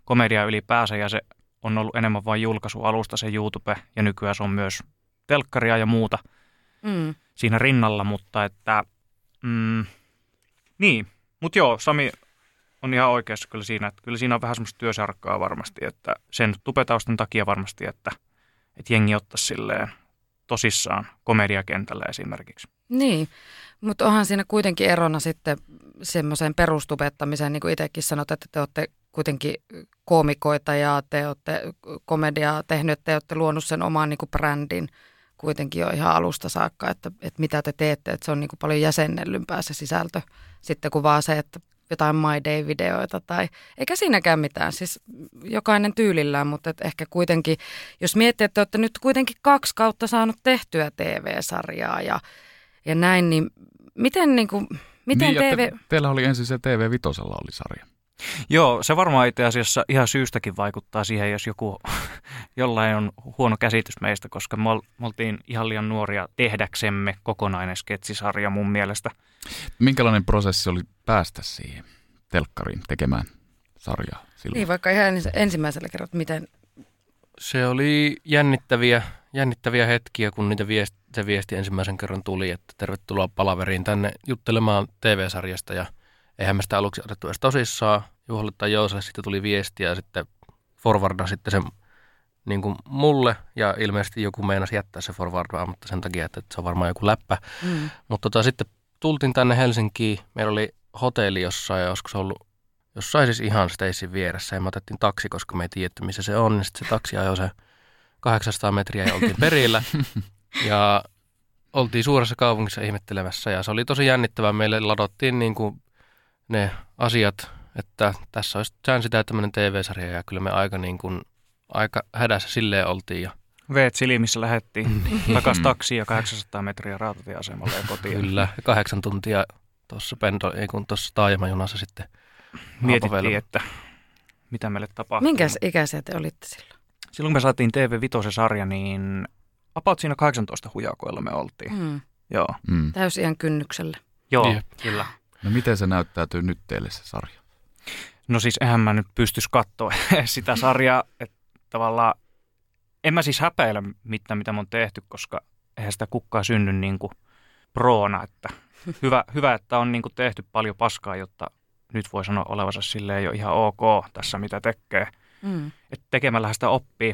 komedia ylipäänsä ja se on ollut enemmän vain julkaisualusta se YouTube ja nykyään se on myös telkkaria ja muuta mm. siinä rinnalla, mutta että mm, niin, mutta joo, Sami on ihan oikeassa kyllä siinä, että kyllä siinä on vähän semmoista työsarkkaa varmasti, että sen tupetaustan takia varmasti, että, että jengi ottaisi silleen tosissaan komediakentällä esimerkiksi. Niin, mutta onhan siinä kuitenkin erona sitten semmoiseen perustubettamiseen, niin kuin itsekin sanot, että te olette kuitenkin koomikoita ja te olette komediaa tehnyt, että te olette luonut sen oman niin kuin brändin kuitenkin jo ihan alusta saakka, että, että mitä te teette, että se on niin kuin paljon jäsennellympää se sisältö sitten kuin vaan se, että jotain My Day-videoita tai eikä siinäkään mitään, siis jokainen tyylillään, mutta et ehkä kuitenkin, jos miettii, että olette nyt kuitenkin kaksi kautta saanut tehtyä T V-sarjaa ja, ja näin, niin miten, niin kuin, miten niin, T V... Te, teillä oli ensin se T V Vitosella oli sarja. Joo, se varmaan itse asiassa ihan syystäkin vaikuttaa siihen, jos joku, jollain on huono käsitys meistä, koska me oltiin ihan liian nuoria tehdäksemme kokonainen sketsisarja mun mielestä. Minkälainen prosessi oli päästä siihen telkkariin tekemään sarjaa silloin? Niin, vaikka ihan ensimmäisellä kerralla, miten... Se oli jännittäviä, jännittäviä hetkiä, kun niitä viesti, se viesti ensimmäisen kerran tuli, että tervetuloa palaveriin tänne juttelemaan T V-sarjasta ja eihän me sitä aluksi otettu edes tosissaan. Juholle tai Jooselle sitten tuli viestiä ja sitten forwarda sitten sen niin kuin mulle. Ja ilmeisesti joku meinasi jättää se forwardaa, mutta sen takia, että se on varmaan joku läppä. Mm. Mutta tota, sitten tultiin tänne Helsinkiin. Meillä oli hotelli jossain ja olisiko se ollut jossain siis ihan Stacyn vieressä. Ja me otettiin taksi, koska me ei tiedetty, missä se on. Ja sitten se taksi ajoi se kahdeksansataa metriä ja oltiin perillä. Ja oltiin suuressa kaupungissa ihmettelemässä ja se oli tosi jännittävää. Meille ladottiin niin kuin ne asiat, että tässä olisi sitä tämmöinen T V-sarja ja kyllä me aika, niin kuin, aika hädässä silleen oltiin. Ja veet silmissä lähdettiin takaisin taksiin ja kahdeksansataa metriä rautatieasemalle ja kotiin. Kyllä, kahdeksan tuntia tuossa pendo, ei kun tuossa taajamajunassa sitten mietittiin, että mitä meille tapahtuu. Minkäs ikäisiä te olitte silloin? Silloin me saatiin T V Vitosen-sarja, niin about siinä kahdeksantoista hujakoilla me oltiin. Mm. Joo. Mm. Täysiän kynnyksellä. Joo, Jep. kyllä. No miten se näyttäytyy nyt teille se sarja? No siis eihän mä nyt pystyisi katsoa sitä sarjaa, että tavallaan en mä siis häpeile mitään, mitä mä oon tehty, koska eihän sitä kukkaa synny niin kuin proona, että hyvä, hyvä, että on niin kuin tehty paljon paskaa, jotta nyt voi sanoa olevansa silleen jo ihan ok tässä, mitä tekee. Mm. Että tekemällähän sitä oppii,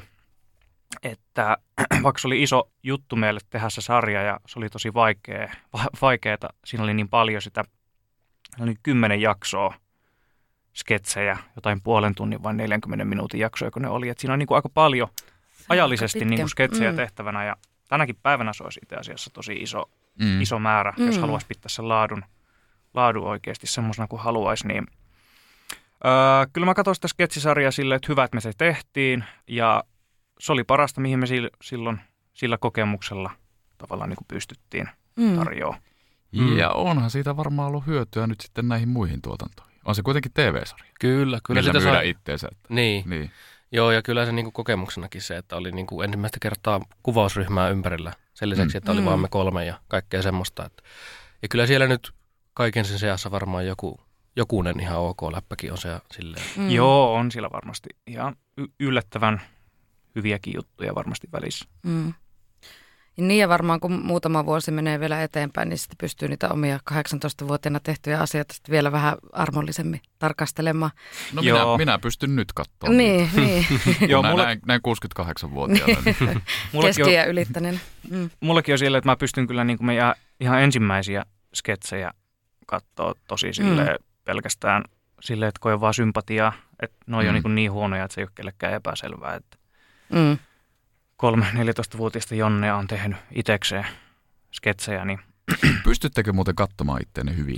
että vaikka se oli iso juttu meille tehdä se sarja ja se oli tosi vaikea, vaikeeta, siinä oli niin paljon sitä, oli kymmenen jaksoa sketsejä, jotain puolen tunnin vai neljänkymmenen minuutin jaksoja, kun ne oli. Et siinä on niin kuin aika paljon ajallisesti niin kuin sketsejä mm. tehtävänä ja tänäkin päivänä se olisi itse asiassa tosi iso, mm. iso määrä, mm. jos haluaisi pitää sen laadun, laadun oikeasti semmoisena kuin haluaisi. Niin, öö, kyllä mä katsoin sitä sketsisarjaa silleen, että hyvä, että me se tehtiin ja se oli parasta, mihin me silloin sillä kokemuksella tavallaan niin kuin pystyttiin mm. tarjoamaan. Mm. Ja onhan siitä varmaan ollut hyötyä nyt sitten näihin muihin tuotantoihin. On se kuitenkin T V-sarja. Kyllä, kyllä. Millä myydä saa itteensä. Että... Niin. niin. Joo, ja kyllä se niin kuin kokemuksenakin se, että oli niin kuin ensimmäistä kertaa kuvausryhmää ympärillä. Sen lisäksi, mm. että oli mm. vaan me kolme ja kaikkea semmoista. Että... Ja kyllä siellä nyt kaiken sen seassa varmaan joku, jokunen ihan ok läppäkin on se silleen. Mm. Joo, on siellä varmasti ihan y- yllättävän hyviäkin juttuja varmasti välissä. Mm. Niin ja varmaan kun muutama vuosi menee vielä eteenpäin, niin sitten pystyy niitä omia kahdeksantoistavuotiaana tehtyjä asioita sitten vielä vähän armollisemmin tarkastelemaan. No minä, minä pystyn nyt katsomaan. Niin, niin. Joo, mulla... näin, näin kuusikymmentäkahdeksanvuotiaana. Niin. Keskiä ylittäneen. Mm. Mullakin on silleen, että mä pystyn kyllä niin kuin meidän ihan ensimmäisiä sketsejä katsoa tosi silleen mm. pelkästään silleen, että koen vaan sympatiaa. Että ne on mm. jo niin, kuin niin huonoja, että se ei ole kellekään epäselvää. Että... Mm. Kolme neljätoistavuotiaista Jonnea on tehnyt itsekseen sketsejä. Niin... Pystyttekö muuten katsomaan itteenne hyvin?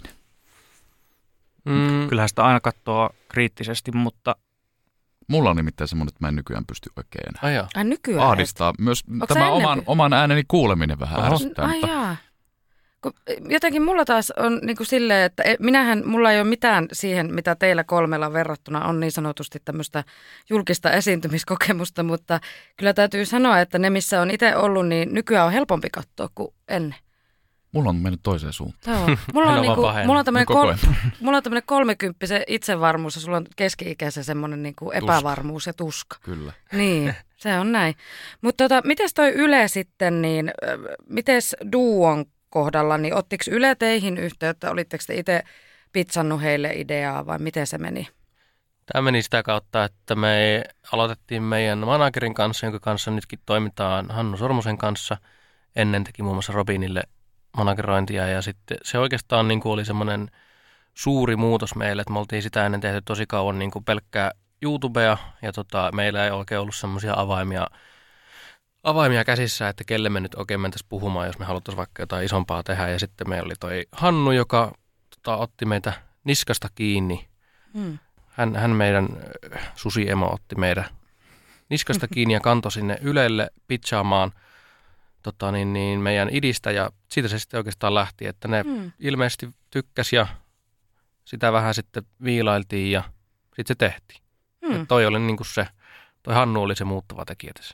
Mm. Kyllähän sitä aina katsoo kriittisesti, mutta... Mulla on nimittäin semmoinen, että mä en nykyään pysty oikein enää. Ai jaa. Ai nykyään? Ahdistaa. Myös Onko tämä oman, oman ääneni kuuleminen vähän Oho. ärsyttää. Ai mutta... jaa. Jotenkin mulla taas on niin kuin silleen, että minähän, mulla ei ole mitään siihen, mitä teillä kolmella verrattuna on niin sanotusti tämmöistä julkista esiintymiskokemusta, mutta kyllä täytyy sanoa, että ne missä on itse ollut, niin nykyään on helpompi katsoa kuin ennen. Mulla on mennyt toiseen suuntaan. Joo. Mulla on, niinku, mulla on tämmöinen kol, mulla on tämmöinen kolmekymppisen itsevarmuus ja sulla on keski-ikäisen semmoinen niinku epävarmuus ja tuska. Kyllä. Niin, se on näin. Mutta tota, mites toi Yle sitten, niin mites Duon kohdalla, niin ottiko Yle teihin yhteyttä? Olitteko te itse pitsannut heille ideaa vai miten se meni? Tämä meni sitä kautta, että me aloitettiin meidän managerin kanssa, jonka kanssa nytkin toimitaan Hannu Sormusen kanssa. Ennen teki muun muassa Robinille managerointia ja sitten se oikeastaan niin kuin oli semmoinen suuri muutos meille, että me oltiin sitä ennen tehty tosi kauan niin kuin pelkkää YouTubea ja tota, meillä ei oikein ollut semmoisia avaimia, avaimia käsissä, että kelle me nyt oikein mentäisiin puhumaan, jos me haluttaisiin vaikka jotain isompaa tehdä. Ja sitten meillä oli toi Hannu, joka tota, otti meitä niskasta kiinni. Hmm. Hän, hän meidän susiemo otti meidän niskasta kiinni ja kantoi sinne Ylelle pitchaamaan tota, niin, niin meidän idistä ja siitä se sitten oikeastaan lähti, että ne hmm. ilmeisesti tykkäsi ja sitä vähän sitten viilailtiin ja sitten se tehtiin. Hmm. Toi oli niin kuin se, toi Hannu oli se muuttava tekijä tässä.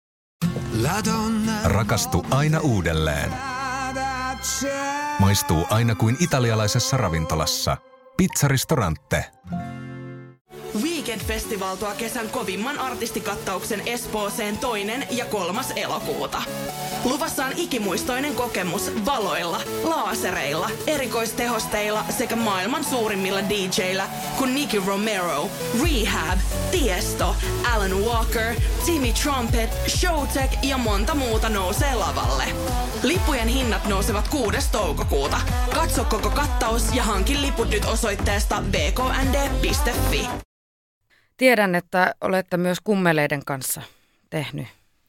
Rakastu aina uudelleen. Maistuu aina kuin italialaisessa ravintolassa. Pizzaristorante. Weekend-festival tuo kesän kovimman artistikattauksen Espooseen toinen ja kolmas elokuuta. Luvassa on ikimuistoinen kokemus valoilla, laasereilla, erikoistehosteilla sekä maailman suurimmilla D J:illä kuin Nicky Romero, Rehab, Tiesto, Alan Walker, Timmy Trumpet, Showtek ja monta muuta nousee lavalle. Lippujen hinnat nousevat kuudes toukokuuta. Katso koko kattaus ja hankin liput nyt osoitteesta w k n d piste f i. Tiedän, että olette myös kummeleiden kanssa tehnyt.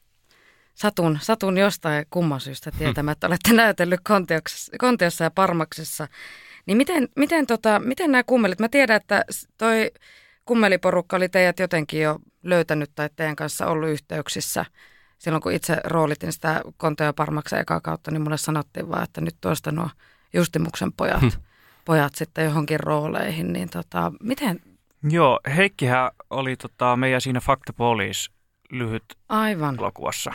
Satun, satun jostain kumman syystä tietämättä, olette näytellyt Konteossa ja Parmaksessa. Niin miten, miten, tota, miten nämä kummelit, mä tiedän, että toi kummeliporukka oli teidät jotenkin jo löytänyt tai teidän kanssa ollut yhteyksissä. Silloin kun itse roolitin sitä Konteo ja Parmaksen ekaa kautta, niin mulle sanottiin vaan, että nyt tuosta nuo Justimuksen pojat, hmm. pojat sitten johonkin rooleihin. Niin tota, miten... Joo, Heikkihän oli tota, meidän siinä Fuck the Police lyhyt Aivan. elokuvassa.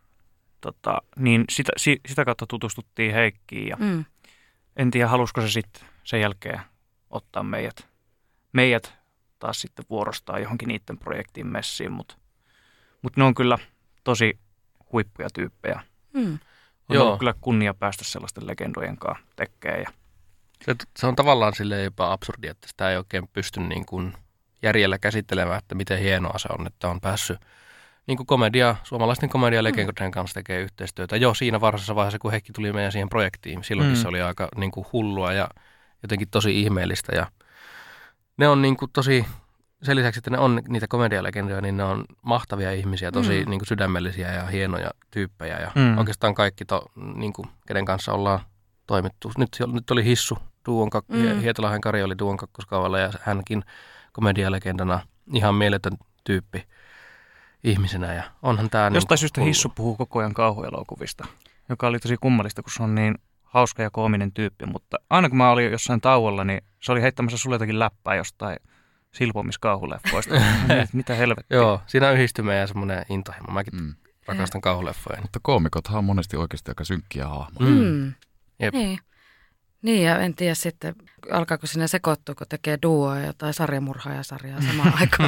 Tota, niin sitä, si, sitä kautta tutustuttiin Heikkiin ja mm. en tiedä, halusiko se sitten sen jälkeen ottaa meidät, meidät taas sitten vuorostaa johonkin niiden projektiin messiin, mutta mut ne on kyllä tosi huippuja tyyppejä. Mm. On Joo. ollut kyllä kunnia päästä sellaisten legendojen kanssa tekemään. Ja... Se, se on tavallaan silleen jopa absurdia, että sitä ei oikein pysty niin kuin järjellä käsittelemään, että miten hienoa se on, että on päässyt niin kuin komedia, suomalaisten komedialegendien kanssa tekee yhteistyötä. Jo siinä varhaisessa vaiheessa, kun Heikki tuli meidän siihen projektiin, silloinkin mm. se oli aika niin kuin hullua ja jotenkin tosi ihmeellistä. Ja ne on niin kuin tosi, sen lisäksi, että ne on niitä komedialegendoja, niin ne on mahtavia ihmisiä, tosi mm. niin kuin sydämellisiä ja hienoja tyyppejä. Ja mm. oikeastaan kaikki, to, niin kuin, kenen kanssa ollaan toimittu. Nyt, nyt oli Hissu, Duon kak- mm. Hietalahen Kari oli Duon kakkoskaavalla ja hänkin komedialegendana ihan mieletön tyyppi ihmisenä. Ja onhan tää jostain niin syystä hullu. Hissu puhuu koko ajan kauhuelokuvista, joka oli tosi kummallista, kun se on niin hauska ja koominen tyyppi. Mutta aina kun mä olin jossain tauolla, niin se oli heittämässä sulle jotakin läppää jostain silpomiskauhuleffoista. Mitä helvettiä. Joo, siinä yhdistyy meidän semmoinen intohimo. Mäkin mm. rakastan kauhuleffoja. Mutta koomikothan on monesti oikeasti aika synkkiä hahmoja. Mm. Mm. Jep. Niin. Niin, ja en tiedä sitten, alkaako sinne sekoittua, kun tekee duoa tai sarjamurhaajasarjaa samaan aikaan.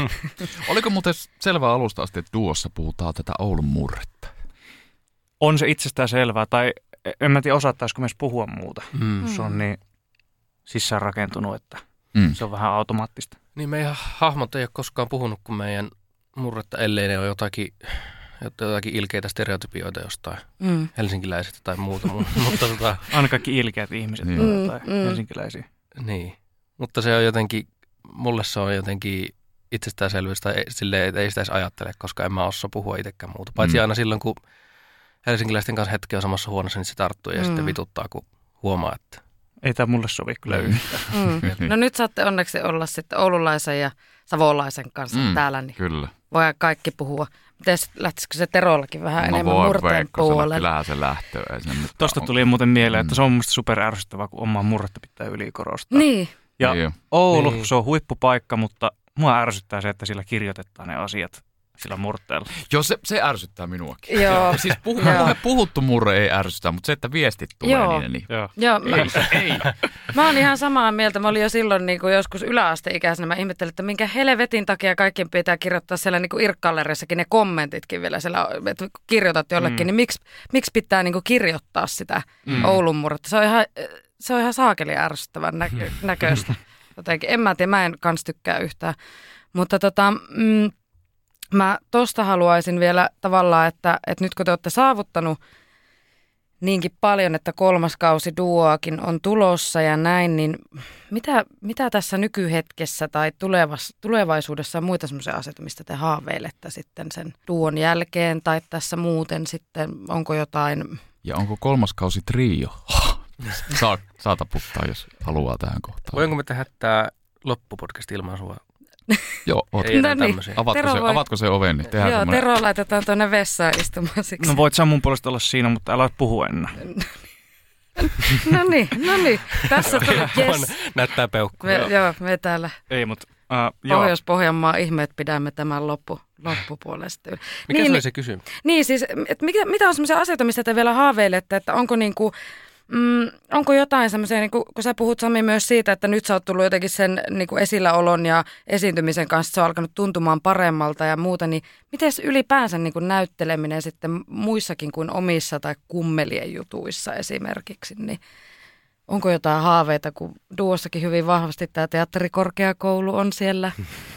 Oliko muuten selvää alusta asti, että duossa puhutaan tätä Oulun murretta? On se itsestään selvää, tai en mä tiedä osattaisiko myös puhua muuta. Mm. Se on niin sisään rakentunut, että mm. se on vähän automaattista. Niin meidän hahmot ei ole koskaan puhunut kuin meidän murretta, ellei ne ole jotakin... jotakin ilkeitä stereotypioita jostain mm. helsinkiläisestä tai muuta. mutta tota... Aina kaikki ilkeät ihmiset mm. tai mm. helsinkiläisiä. Niin, mutta se on jotenkin, mulle se on jotenkin itsestäänselvyys tai silleen, että ei sitä edes ajattele, koska en mä osaa puhua itsekään muuta. Paitsi mm. aina silloin, kun helsinkiläisten kanssa hetki on samassa huoneessa, niin se tarttuu ja mm. sitten vituttaa, kun huomaa, että... Ei tämä mulle sovi kyllä yhtään. Mm. No nyt saatte onneksi olla sitten oululaisen ja savolaisen kanssa mm. täällä, niin kyllä. Voi kaikki puhua. Miten lähtisikö se Terollakin vähän no enemmän murteen puolelle? Kyllähän se lähtee. Tuosta tuli muuten mieleen, että se on mielestäni super ärsyttävää, kun omaa murretta pitää ylikorostaa. Niin. Ja niin. Oulu, niin. Se on huippupaikka, mutta mua ärsyttää se, että sillä kirjoitetaan ne asiat sillä murteella. Joo, se, se ärsyttää minuakin. Joo. Siis puhu, puhe, puhuttu murre ei ärsytä, mutta se, että viestit tulee Joo. niin, niin. Joo. Joo, mä, Ei, ei. mä oon ihan samaa mieltä. Mä olin jo silloin niin kuin joskus yläasteikäisenä. Mä ihmettelin, että minkä helvetin takia kaikkien pitää kirjoittaa siellä niin kuin irkkallerissakin ne kommentitkin vielä. Siellä, että kun kirjoitat jollekin, mm. niin miksi, miksi pitää niin kuin kirjoittaa sitä mm. Oulun murretta? Se on ihan, se on ihan saakeli ärsyttävän nä- näköistä. Jotenkin. En mä tiedä, mä en kans tykkää yhtään. Mutta tota... Mm, mä tosta haluaisin vielä tavallaan, että, että nyt kun te olette saavuttanut niinkin paljon, että kolmas kausi duoakin on tulossa ja näin, niin mitä, mitä tässä nykyhetkessä tai tulevas, tulevaisuudessa on muita semmoisia asioita, mistä te haaveilette sitten sen duon jälkeen tai tässä muuten sitten, onko jotain? Ja onko kolmas kausi trio? Saa, saa taputtaa, jos haluaa tähän kohtaan. Voinko me tehdä tämä loppupodcast ilman sua? Joo, oot. Ei No enää niin. tämmöisiä. Avatko se, voi- avatko se oven, niin tehdään Joo, semmoinen. Tero laitetaan tuonne vessaan istumaan siksi. No voit sä mun puolesta olla siinä, mutta älä puhu ennen. No niin, no niin. Tässä tuli, yes. Näyttää peukkua. Me, joo, me täällä Ei, mutta uh, joo. Pohjois-Pohjanmaan ihmeet pidämme tämän loppu, loppupuolesta. Mikä niin, se oli se kysymys? Niin siis, että mikä, mitä on semmoisia asioita, mistä te vielä haaveilette, että onko niinku, mm, onko jotain semmoisia, niinku, kun sä puhut Sami myös siitä, että nyt sä oot tullut jotenkin sen niinku esilläolon ja esiintymisen kanssa, se on alkanut tuntumaan paremmalta ja muuta, niin miten ylipäänsä niinku näytteleminen sitten muissakin kuin omissa tai kummelien jutuissa esimerkiksi, niin onko jotain haaveita, kun duossakin hyvin vahvasti tämä teatterikorkeakoulu on siellä,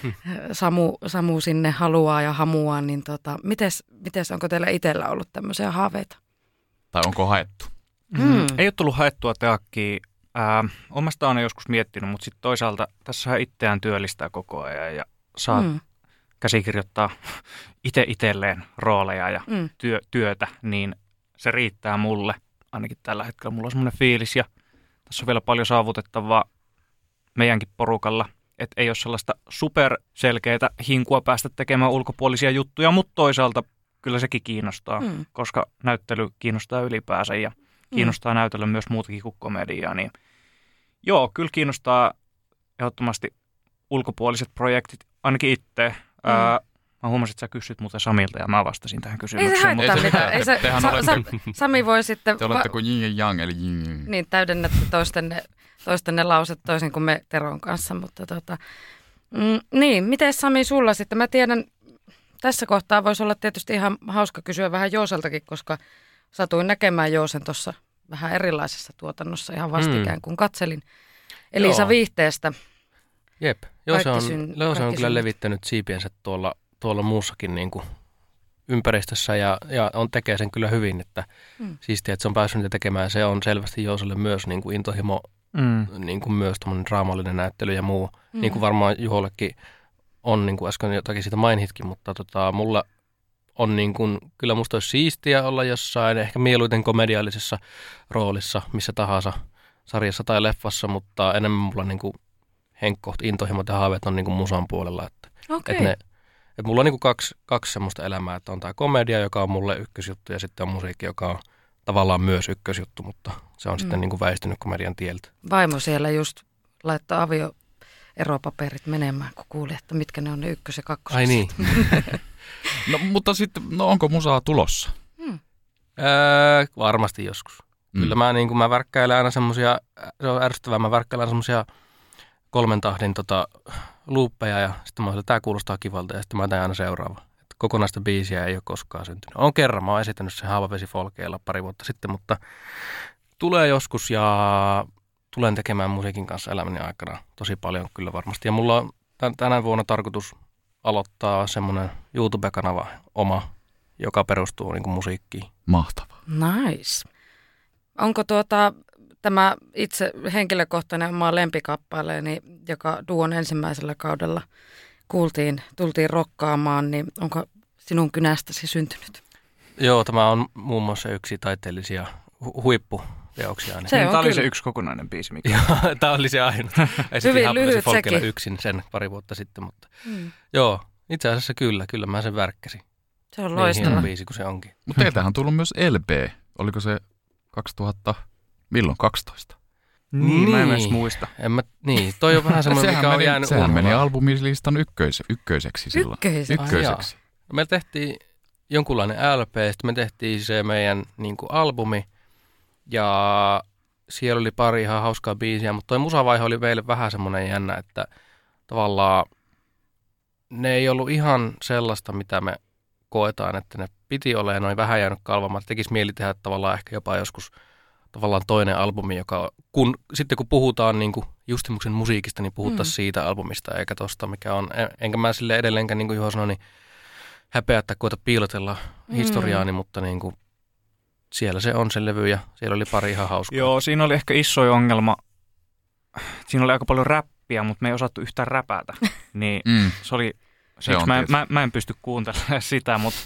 Samu, Samu sinne haluaa ja hamuaa, niin tota, mites, mites, onko teillä itsellä ollut tämmöisiä haaveita? Tai onko haettu? Mm. Ei ole tullut haettua teakkia. Ää, omasta on joskus miettinyt, mutta sitten toisaalta tässä itseään työllistää koko ajan ja saa mm. käsikirjoittaa itse itselleen rooleja ja mm. työ, työtä, niin se riittää mulle. Ainakin tällä hetkellä mulla on semmoinen fiilis ja tässä on vielä paljon saavutettavaa meidänkin porukalla. Että ei ole sellaista superselkeää hinkua päästä tekemään ulkopuolisia juttuja, mutta toisaalta kyllä sekin kiinnostaa, mm. koska näyttely kiinnostaa ylipäänsä ja kiinnostaa mm. näytellä myös muutakin kuin komediaa. Niin joo, kyllä kiinnostaa ehdottomasti ulkopuoliset projektit, ainakin itse. Mm. Ää, mä huomasin, että sä kysyt muuten Samilta ja mä vastasin tähän kysymykseen. Ei se haittaa Ei se mitään. mitään. Ei se, Tehän sa, olette- sa, Sami voi sitten... Te olette kuin yin ja yang, eli yin. Niin, täydennätte toistenne, toistenne lauset toisin kuin me Teron kanssa, mutta tota... Mm, niin, miten Sami sulla sitten? Mä tiedän, tässä kohtaa voisi olla tietysti ihan hauska kysyä vähän Jooseltakin, koska satuin näkemään Joosen tuossa vähän erilaisessa tuotannossa ihan vastikään, mm. kun katselin Elisa Joo. Viihteestä. Jep, Joose on, syn- Joose on kaikki kyllä synnit. levittänyt siipiensä tuolla, tuolla muussakin niin kuin ympäristössä ja, ja on tekee sen kyllä hyvin, että mm. siistiä, että se on päässyt niitä tekemään. Se on selvästi Jooselle myös niin kuin intohimo, mm. niin kuin myös tommoinen draamallinen näyttely ja muu. Mm. Niin kuin varmaan Juhollekin on, niin kuin äsken jotakin siitä mainitkin, mutta tota, mulla on niin kuin, kyllä musta olisi siistiä olla jossain ehkä mieluiten komediallisessa roolissa, missä tahansa sarjassa tai leffassa, mutta enemmän mulla niin kuin henkkoht, intohimot ja haaveet on niin kuin musan puolella. Että, Okei. että ne, että mulla on niin kuin kaksi, kaksi semmoista elämää, että on tämä komedia, joka on mulle ykkösjuttu, ja sitten on musiikki, joka on tavallaan myös ykkösjuttu, mutta se on mm. sitten niin kuin väistynyt komedian tieltä. Vaimo siellä just laittoi avioeropaperit menemään, kun kuuli, että mitkä ne on ne ykkös- ja kakkoset. Ai niin. No, mutta sitten, no onko musaa tulossa? Hmm. Öö, varmasti joskus. Mm. Kyllä mä, niin kuin, mä värkkäilen aina semmosia, se on ärsyttävää, mä värkkäilen semmosia kolmen tahdin tota, luuppeja ja sitten mä oon, tää kuulostaa kivalta ja sitten mä teen aina seuraava. Et kokonaista biisiä ei ole koskaan syntynyt. On kerran, mä oon esittänyt sen Haavavesi Folkeilla pari vuotta sitten, mutta tulee joskus ja tulen tekemään musiikin kanssa elämäni aikana tosi paljon kyllä varmasti. Ja mulla on tän, tänä vuonna tarkoitus aloittaa semmoinen YouTube-kanava oma, joka perustuu niin kuin musiikkiin. Mahtavaa. Nice. Onko tuota, tämä itse henkilökohtainen oma lempikappaleeni, joka Duon ensimmäisellä kaudella kuultiin, tultiin rokkaamaan, niin onko sinun kynästäsi syntynyt? Joo, tämä on muun muassa yksi taiteellisia hu- huipputeoksia. Se niin, on tämä oli kyllä. se yksi kokonainen biisi, mikä Joo, tämä oli se ainut. Esitin Hyvin Haapavesi lyhyt Folkeilla sekin. yksin sen pari vuotta sitten, mutta Mm. joo, itse asiassa kyllä, kyllä mä sen värkkäsin. Se on Niin loistava. hieno biisi kuin se onkin. Mutta teiltähän on tullut myös L B. Oliko se kaksituhatta, milloin kaksitoista? Niin, mä en Niin. edes muista. En mä, niin, toi on vähän semmoinen, Sehän mikä on meni, jäänyt sehän meni unholaan. albumilistan ykköis, ykköiseksi silloin. Ykköiseksi? Ykköiseksi. No, me tehtiin jonkunlainen L P, sitten me tehtiin se meidän niin kuin albumi, ja siellä oli pari ihan hauskaa biisiä, mutta toi musavaihe oli meille vähän semmoinen jännä, että tavallaan ne ei ollut ihan sellaista, mitä me koetaan, että ne piti olla, ja ne oli vähän jäänyt kalvamaan. Tekisi mieli tehdä tavallaan ehkä jopa joskus tavallaan toinen albumi, joka kun, sitten kun puhutaan niin kuin Justimuksen musiikista, niin puhuttaisiin mm. siitä albumista, eikä tosta, mikä on, enkä mä sille edelleenkään, niin kuin Juho sanoi, niin häpeä, että koeta piilotella mm. historiaani, mutta niin kuin siellä se on se levy, ja siellä oli pari ihan hauskaa. Joo, siinä oli ehkä isoin ongelma. Siinä oli aika paljon räppiä, mutta me ei osattu yhtään räpätä. Niin mm. se oli, se siksi mä, mä, mä en pysty kuuntelemaan sitä, mutta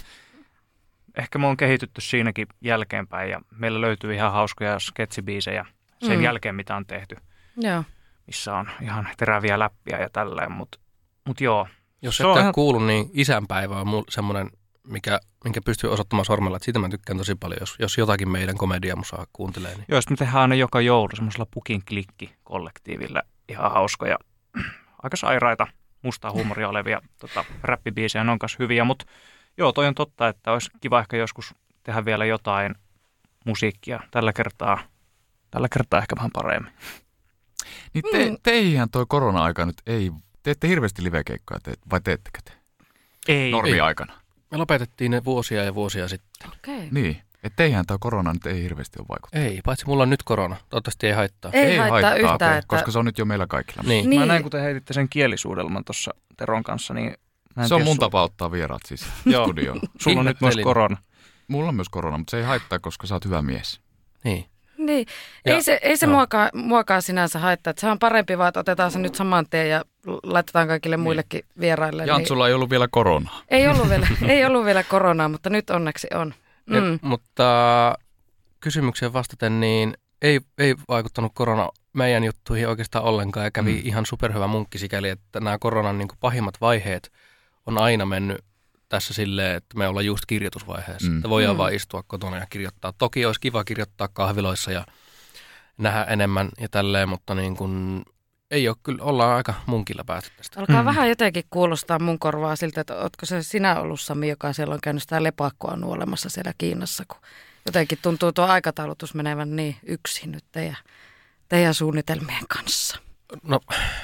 ehkä me on kehitytty siinäkin jälkeenpäin, ja meillä löytyy ihan hauskoja sketsibiisejä sen mm. jälkeen, mitä on tehty. Joo. Missä on ihan teräviä läppiä ja tälleen, mutta mut joo. Jos et ole ihan kuullut, niin isänpäivä on semmoinen, mikä, minkä pystyy osoittamaan sormella, että siitä mä tykkään tosi paljon, jos, jos jotakin meidän komediamusaa kuuntelee. Niin. Joo, me tehdään aina joka joulu semmoisella Pukin klikki-kollektiivilla ihan hauskoja, aika sairaita, mustaa huumoria olevia tota, räppibiisejä, ne on kanssa hyviä, mutta joo, toi on totta, että olisi kiva ehkä joskus tehdä vielä jotain musiikkia tällä kertaa, tällä kertaa ehkä vähän paremmin. Niin te, teihän toi korona-aika nyt ei, te ette hirveästi livekeikkoja, te, vai teettekö te? Ei. Normi-aikana. Me lopetettiin ne vuosia ja vuosia sitten. Okei. Niin, että teihän toi korona nyt ei hirveästi ole vaikuttanut. Ei, paitsi mulla on nyt korona. Toivottavasti ei haittaa. Ei, ei haittaa, haittaa yhtään. Okay, että... Koska se on nyt jo meillä kaikilla. Niin. niin. Mä näin, kun te heititte sen kielisuudelman tuossa Teron kanssa, niin se on mun tapa ottaa vieraat siis studioon. Sulla on nyt myös korona. Mulla on myös korona, mutta se ei haittaa, koska sä oot hyvä mies. Niin. Niin. Ei se, ei se muokaa, muokaa sinänsä haittaa. Että se on parempi vaan, että otetaan se nyt saman tien ja laitetaan kaikille niin. muillekin vieraille. Jantsulla niin... ei ollut vielä koronaa. Ei ollut vielä, ei ollut vielä koronaa, mutta nyt onneksi on. Mm. Et, mutta kysymykseen vastaten, niin ei, ei vaikuttanut korona meidän juttuihin oikeastaan ollenkaan. Ja kävi mm. ihan superhyvä munkki sikäli, että nämä koronan niin kuin pahimmat vaiheet on aina mennyt tässä silleen, että me ollaan just kirjoitusvaiheessa. Mm. Että voidaan mm. vaan istua kotona ja kirjoittaa. Toki olisi kiva kirjoittaa kahviloissa ja nähdä enemmän ja tälleen, mutta niin kuin ei ole kyllä, ollaan aika munkilla päästy tästä. Alkaa Mm. vähän jotenkin kuulostaa mun korvaa siltä, että ootko se sinä ollut, Sami, joka siellä on käynyt sitä lepakkoa nuolemassa siellä Kiinassa, kun jotenkin tuntuu tuo aikataulutus menevän niin yksin nyt teidän, teidän suunnitelmien kanssa. No,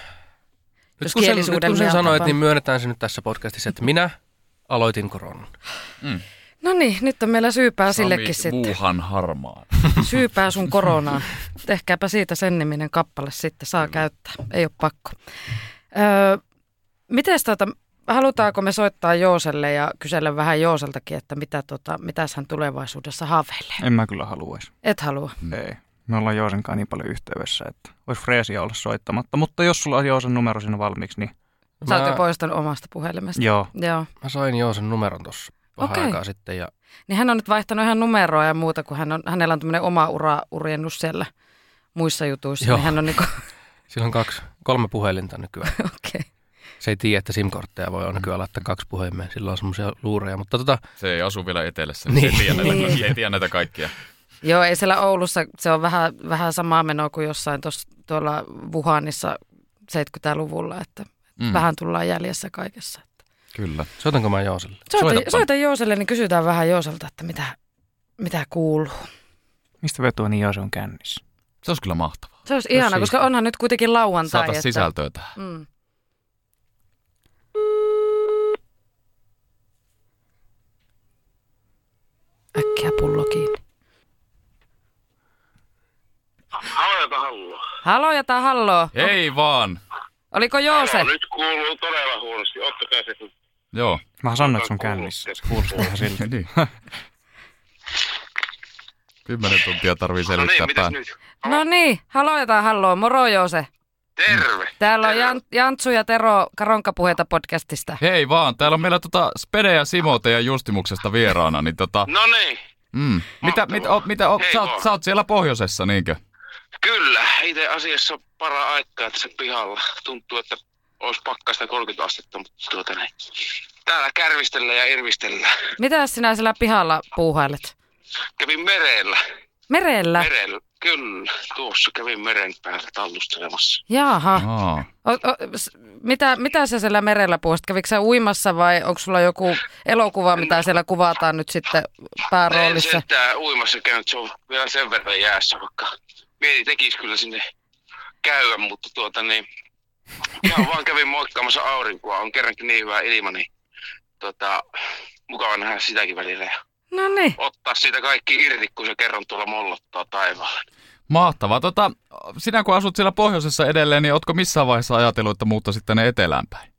nyt kun sen, nyt kun sen sanoit, niin myönnetään se nyt tässä podcastissa, että minä aloitin koronan. Mm. No niin, nyt on meillä syypää Sami sillekin sitten. Wuhan harmaan. Syypää sun koronaan. Tehkääpä siitä sen niminen kappale sitten, saa mm. käyttää, ei ole pakko. Öö, mites tota, halutaanko me soittaa Jooselle ja kysellä vähän Jooseltakin, että mitä tota, mitäs hän tulevaisuudessa haaveilee? En mä kyllä haluaisi. Et halua? Mm. Ei. Me ollaan Joosenkaan niin paljon yhteydessä, että olisi freesia olla soittamatta. Mutta jos sulla on Joosen numero siinä valmiiksi, niin... Sä oot jo poistanut omasta puhelimesta. Joo. Joo. Mä sain Joosen numeron tuossa vähän Okei. aikaa sitten. Ja... Niin hän on nyt vaihtanut ihan numeroa ja muuta, kun hän on, hänellä on tämmöinen oma ura urjennus siellä muissa jutuissa. Joo. Niin hän on niinku... Sillä on kaksi, kolme puhelinta nykyään. Okei. Okay. Se ei tiedä, että SIM-kortteja voi nykyään laittaa kaksi puhelimeen. Sillä on semmoisia luureja, mutta tota... Se ei asu vielä etelässä, niin, niin. Se ei tiedä näitä, niin. ei tiedä näitä kaikkia. Joo, ei siellä Oulussa, se on vähän, vähän samaa menoa kuin jossain tos, tuolla Wuhanissa seitsemänkymmentäluvulla, että mm. vähän tullaan jäljessä kaikessa. Kyllä. Soitanko mä Jooselle? Soita, soita Jooselle, niin kysytään vähän Jooselta, että mitä, mitä kuuluu. Mistä vetua niin Joose on kännissä? Se olisi kyllä mahtavaa. Se olisi ihanaa, koska onhan nyt kuitenkin lauantai. Saataisiin että... sisältöä tähän. Mm. Äkkiä pullo kiinni. Halojata halloo. Halojata halloo. Hei vaan. Oliko Joose? Halo, nyt kuuluu todella huonosti. Ottakaa se kun... Joo. Mä sanoin, että sun kännissä. Se kuulostaa vähän siltä. Niin. Kymmenen tuntia tarvii No selittää niin, pään. mitäs nyt? No niin, halojata halloo. Moro Joose. Terve. Täällä on terve. Jan, Jantsu ja Tero Karonkapuheita podcastista. Hei vaan, täällä on meillä tota Spede ja Simo teidän Justimuksesta vieraana, niin tota... No niin. Mm. Mitä, mit, o, mitä o, sä, oot, sä oot siellä pohjoisessa, niinkö? Kyllä, itse asiassa para aikaa tässä pihalla. Tuntuu, että olisi pakkasta kolmekymmentä astetta, mutta tuota näin. Täällä kärvistellä ja irvistellä. Mitä sinä siellä pihalla puuhailet? Kävin merellä. Merellä? Merellä, Kyllä, tuossa kävin meren päällä tallustelemassa. Jaha. Aa. O, o, s- mitä, mitä sä siellä merellä puhuisit? Kävikö sä uimassa vai onko sulla joku elokuva, mitä siellä kuvataan nyt sitten En pääroolissa? sentään uimassa käynyt, se on vielä sen verran jäässä, vaikka mieti tekisi kyllä sinne käydä, mutta tuota niin, ihan vaan kävin moikkaamassa aurinkoa, on kerrankin niin hyvä ilma, niin tuota, mukava nähdä sitäkin välillä ja No niin. ottaa siitä kaikki irti, kun se kerran tuolla mollottaa taivaalla. Mahtavaa. Tota, sinä kun asut siellä pohjoisessa edelleen, niin ootko missään vaiheessa ajatellut, että muuttaisit tänne etelään päin?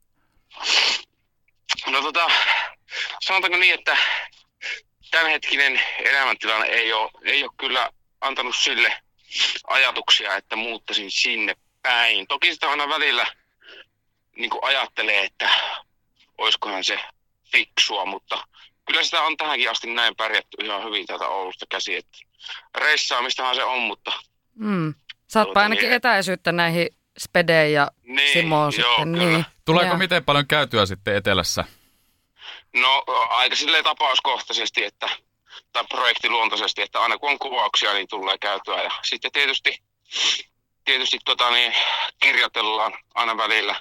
No tota, sanotaanko niin, että tämänhetkinen elämäntilanne ei ole, ei ole kyllä antanut sille ajatuksia, että muuttaisin sinne päin. Toki sitä aina välillä niin kuin ajattelee, että olisikohan se fiksua, mutta kyllä sitä on tähänkin asti näin pärjätty ihan hyvin täältä Oulusta käsi, että reissaamistahan se on, mutta Mm. Saatpa Tuota ainakin niin. etäisyyttä näihin Spedeen ja Niin, Simoon joo, sitten. kyllä. Niin. Tuleeko Ja- miten paljon käytyä sitten etelässä? no aika silleen tapauskohtaisesti, että, tai projektiluontoisesti, että aina kun on kuvauksia, niin tulee käytyä. Ja sitten tietysti, tietysti tota, niin, kirjoitellaan aina välillä,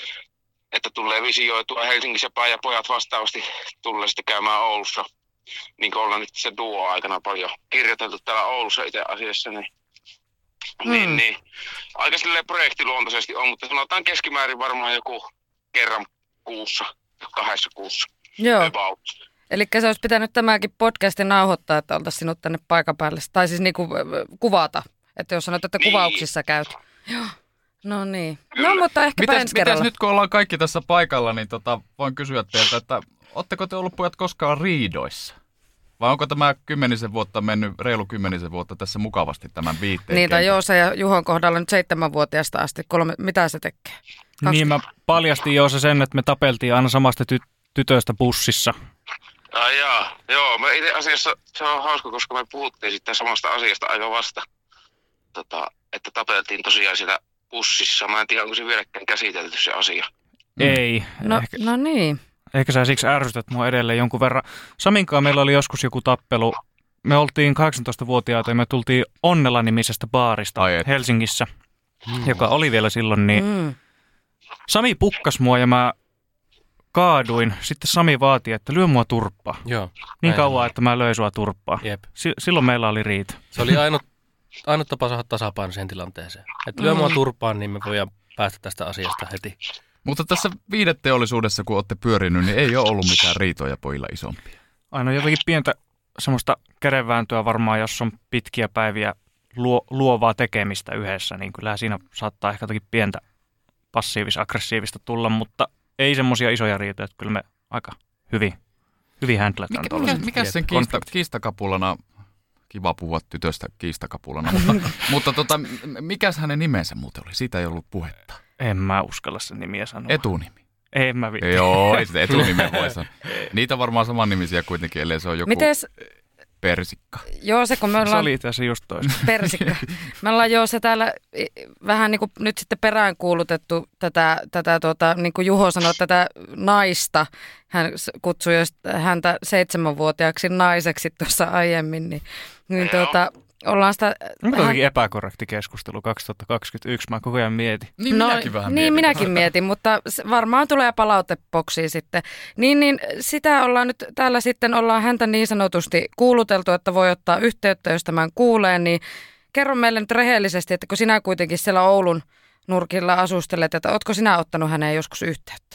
että tulee visioitua Helsingissä päin ja pojat vastaavasti tulee sitten käymään Oulussa. Niin kuin ollaan nyt se duo aikana paljon kirjoiteltu täällä Oulussa itse asiassa, niin, Mm. niin, niin aika silleen projektiluontoisesti on, mutta sanotaan keskimäärin varmaan joku kerran kuussa, kahdessa kuussa. Joo. About. Eli se olisi pitänyt tämäkin podcastin nauhoittaa, että oltaisiin sinut tänne paikan päälle. Tai siis niinku ö, kuvata. Että jos sanot, että Niin. kuvauksissa käyt. Joo. No niin. Kyllä. No mutta ehkäpä Mites, ensi mites kerralla. nyt kun ollaan kaikki tässä paikalla, niin tota, voin kysyä teiltä, että ootteko te ollut pojat koskaan riidoissa? Vai onko tämä kymmenisen vuotta mennyt, reilu kymmenisen vuotta tässä mukavasti tämän viitteen Niin, tai kentän? Joosa ja Juhon kohdalla nyt seitsemänvuotiaasta asti. Kolme, mitä se tekee? Kaksi- Niin mä paljastin jo se sen, että me tapeltiin aina samasta ty- tytöstä bussissa. Ai jaa, joo, me itse asiassa se on hauska, koska me puhuttiin sitten samasta asiasta aika vasta, tota, että tapeltiin tosiaan siellä bussissa. Mä en tiedä, onko se vieläkään käsitelty se asia. Mm. Ei. No, Ehkä, no niin. ehkä sä siksi ärsytät mua edelleen jonkun verran. Saminkaan meillä oli joskus joku tappelu. Me oltiin kahdeksantoistavuotiaita ja me tultiin Onnela-nimisestä baarista Ai et. Helsingissä, mm. joka oli vielä silloin. Niin Mm. Sami pukkas mua ja mä kaaduin. Sitten Sami vaati, että lyö mua turppaa. Joo. Niin näin kauan, oli. että mä löin sua turppaa. Jep. Si- silloin meillä oli riita. Se oli ainut, ainut tapa saada tasapaino siihen tilanteeseen. Että lyö mua turpaan, niin me voidaan päästä tästä asiasta heti. Mutta tässä viideteollisuudessa, kun olette pyörinyt, niin ei ole ollut mitään riitoja pojilla isompia. Aina jotenkin pientä semmoista kädenvääntöä varmaan, jos on pitkiä päiviä luo, luovaa tekemistä yhdessä, niin kyllähän siinä saattaa ehkä jotenkin pientä passiivis-aggressiivista tulla, mutta ei semmoisia isoja riitoja, että kyllä me aika hyvin, hyvin händlätään Mikä, mikä, mikä sen kiista, kiistakapulana, kiva puhua tytöstä kiistakapulana, mutta, mutta tota, m- mikäs hänen nimensä muuten oli? Siitä ei ollut puhetta. En mä uskalla sen nimiä sanoa. Etunimi. En mä vi- Joo, ei sitä etunimen voi sanoa. Niitä varmaan samannimisiä kuitenkin, ellei se on joku Mites, persikka. joo se kun me Se ollaan oli itse asiassa just toista. persikka. Me ollaan joo se täällä i- vähän niin kuin nyt sitten peräänkuulutettu tätä, tätä tuota, niin kuin Juho sanoi, tätä naista. Hän s- kutsui just häntä seitsemänvuotiaaksi naiseksi tuossa aiemmin, niin, niin Joo. tuota, ollaan sitä Onko vähän- jotenkin epäkorrekti keskustelu kaksituhattakaksikymmentäyksi? Mä koko ajan mietin. Niin no, minäkin vähän Niin mietin. minäkin mietin, mutta se varmaan tulee palautepoksiin sitten. Niin, niin sitä ollaan nyt, täällä sitten ollaan häntä niin sanotusti kuuluteltu, että voi ottaa yhteyttä, jos tämän kuulee, niin kerro meille nyt rehellisesti, että kun sinä kuitenkin siellä Oulun nurkilla asustelet, että ootko sinä ottanut häneen joskus yhteyttä?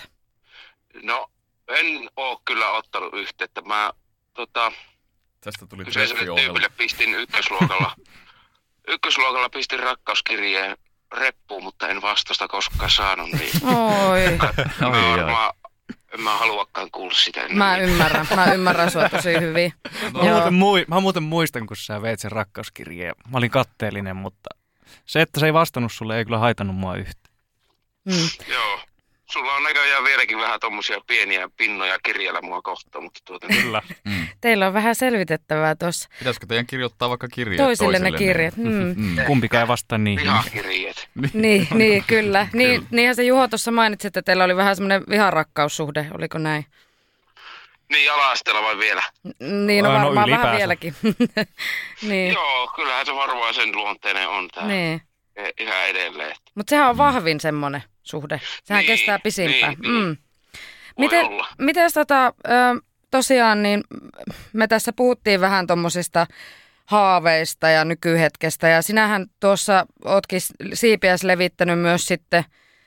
No, en oo kyllä ottanut yhteyttä. Mä tota, Tästä tuli kyseiselle treffiohjelma. tyypille pistin ykkösluokalla, ykkösluokalla pistin rakkauskirjeen reppuun, mutta en vastausta koskaan saanut, niin Oi, mä Oi, oi. varmaan, en mä haluakaan kuulla sitä enää. mä ymmärrän, mä ymmärrän sua tosi hyvin. Mä muuten, mui, mä muuten muistan, kun sä veit sen rakkauskirjeen. Mä olin katteellinen, mutta se, että se ei vastannut sulle, ei kyllä haitannut mua yhtään. Mm. Joo. Sulla on näköjään vieläkin vähän tommosia pieniä pinnoja kirjalla mua kohtaan, mutta tuota... Kyllä. Mm. Teillä on vähän selvitettävää tuossa. Pitäisikö teidän kirjoittaa vaikka kirjeet Toisille ne toisillenne? kirjat. Mm. Mm. Kumpikaan ei vastaa niihin. Vihakirjeet. Niin, niin, kyllä. Niin, niinhän se Juho tuossa mainitsi, että teillä oli vähän semmoinen viharakkaussuhde, oliko näin? Niin, ala-asteella vai vielä? Niin, no varmaan no, vähän vieläkin. Niin. Joo, kyllähän se varmaan sen luonteinen on tää. Niin. Ihan edelleen. Mutta sehän on vahvin semmoinen suhde. Sehän niin, kestää pisimpään. Niin, niin. Mm. Miten, mites tota, tosiaan, niin me tässä puhuttiin vähän tommosista haaveista ja nykyhetkestä. Ja sinähän tuossa ootkin siipiäs levittänyt myös sitten,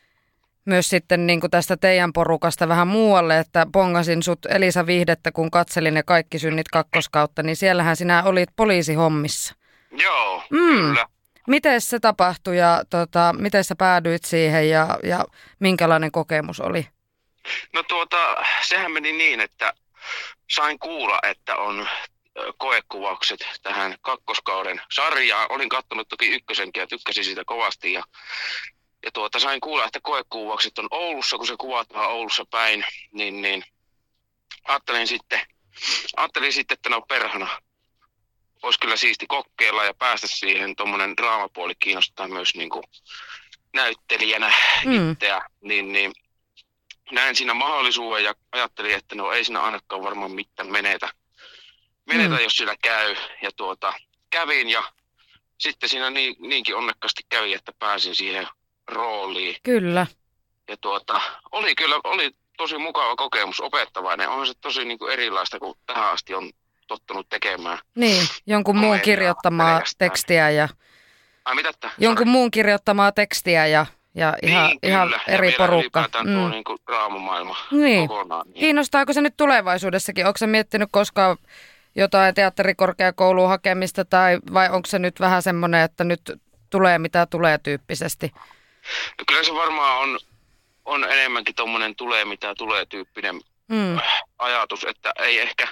myös sitten niin kuin tästä teidän porukasta vähän muualle, että bongasin sut Elisa Viihdettä, kun katselin ne kaikki synnit kakkoskautta, niin siellähän sinä olit poliisihommissa. Joo, mm. kyllä. Miten se tapahtui ja tota, miten sä päädyit siihen ja, ja minkälainen kokemus oli? No tuota, sehän meni niin, että sain kuulla, että on koekuvaukset tähän kakkoskauden sarjaan. Olin katsonut toki ykkösenkin ja tykkäsin siitä kovasti. Ja, ja tuota, sain kuulla, että koekuvaukset on Oulussa, kun se kuvataan Oulussa päin. Niin, niin ajattelin sitten, ajattelin sitten, että no perhana. Olisi kyllä siisti kokeilla ja päästä siihen. Tuommoinen draamapuoli kiinnostaa myös niin kuin näyttelijänä mm. itseä. Niin, niin näin siinä mahdollisuuden ja ajattelin, että no ei siinä ainakaan varmaan mitään menetä. Menetä, mm. jos sillä käy. Ja tuota, kävin ja sitten siinä niin, niinkin onnekkaasti kävi, että pääsin siihen rooliin. Kyllä. Ja tuota, oli kyllä oli tosi mukava kokemus, opettavainen. Onhan se tosi niin kuin erilaista kuin tähän asti on tottunut tekemään. Niin, jonkun muun kirjoittamaa pelkästään tekstiä ja... Ai mitä että? Jonkun Sorry. muun kirjoittamaa tekstiä ja, ja ihan, niin, ihan eri ja porukka. Ja vielä tuo mm. niin kuin draamamaailma niin. kokonaan. Niin. Kiinnostaako se nyt tulevaisuudessakin? Onko sä miettinyt koskaan jotain teatterikorkeakouluun hakemista tai vai onko se nyt vähän semmoinen, että nyt tulee mitä tulee tyyppisesti? No kyllä se varmaan on, on enemmänkin tommoinen tulee mitä tulee tyyppinen mm. ajatus, että ei ehkä...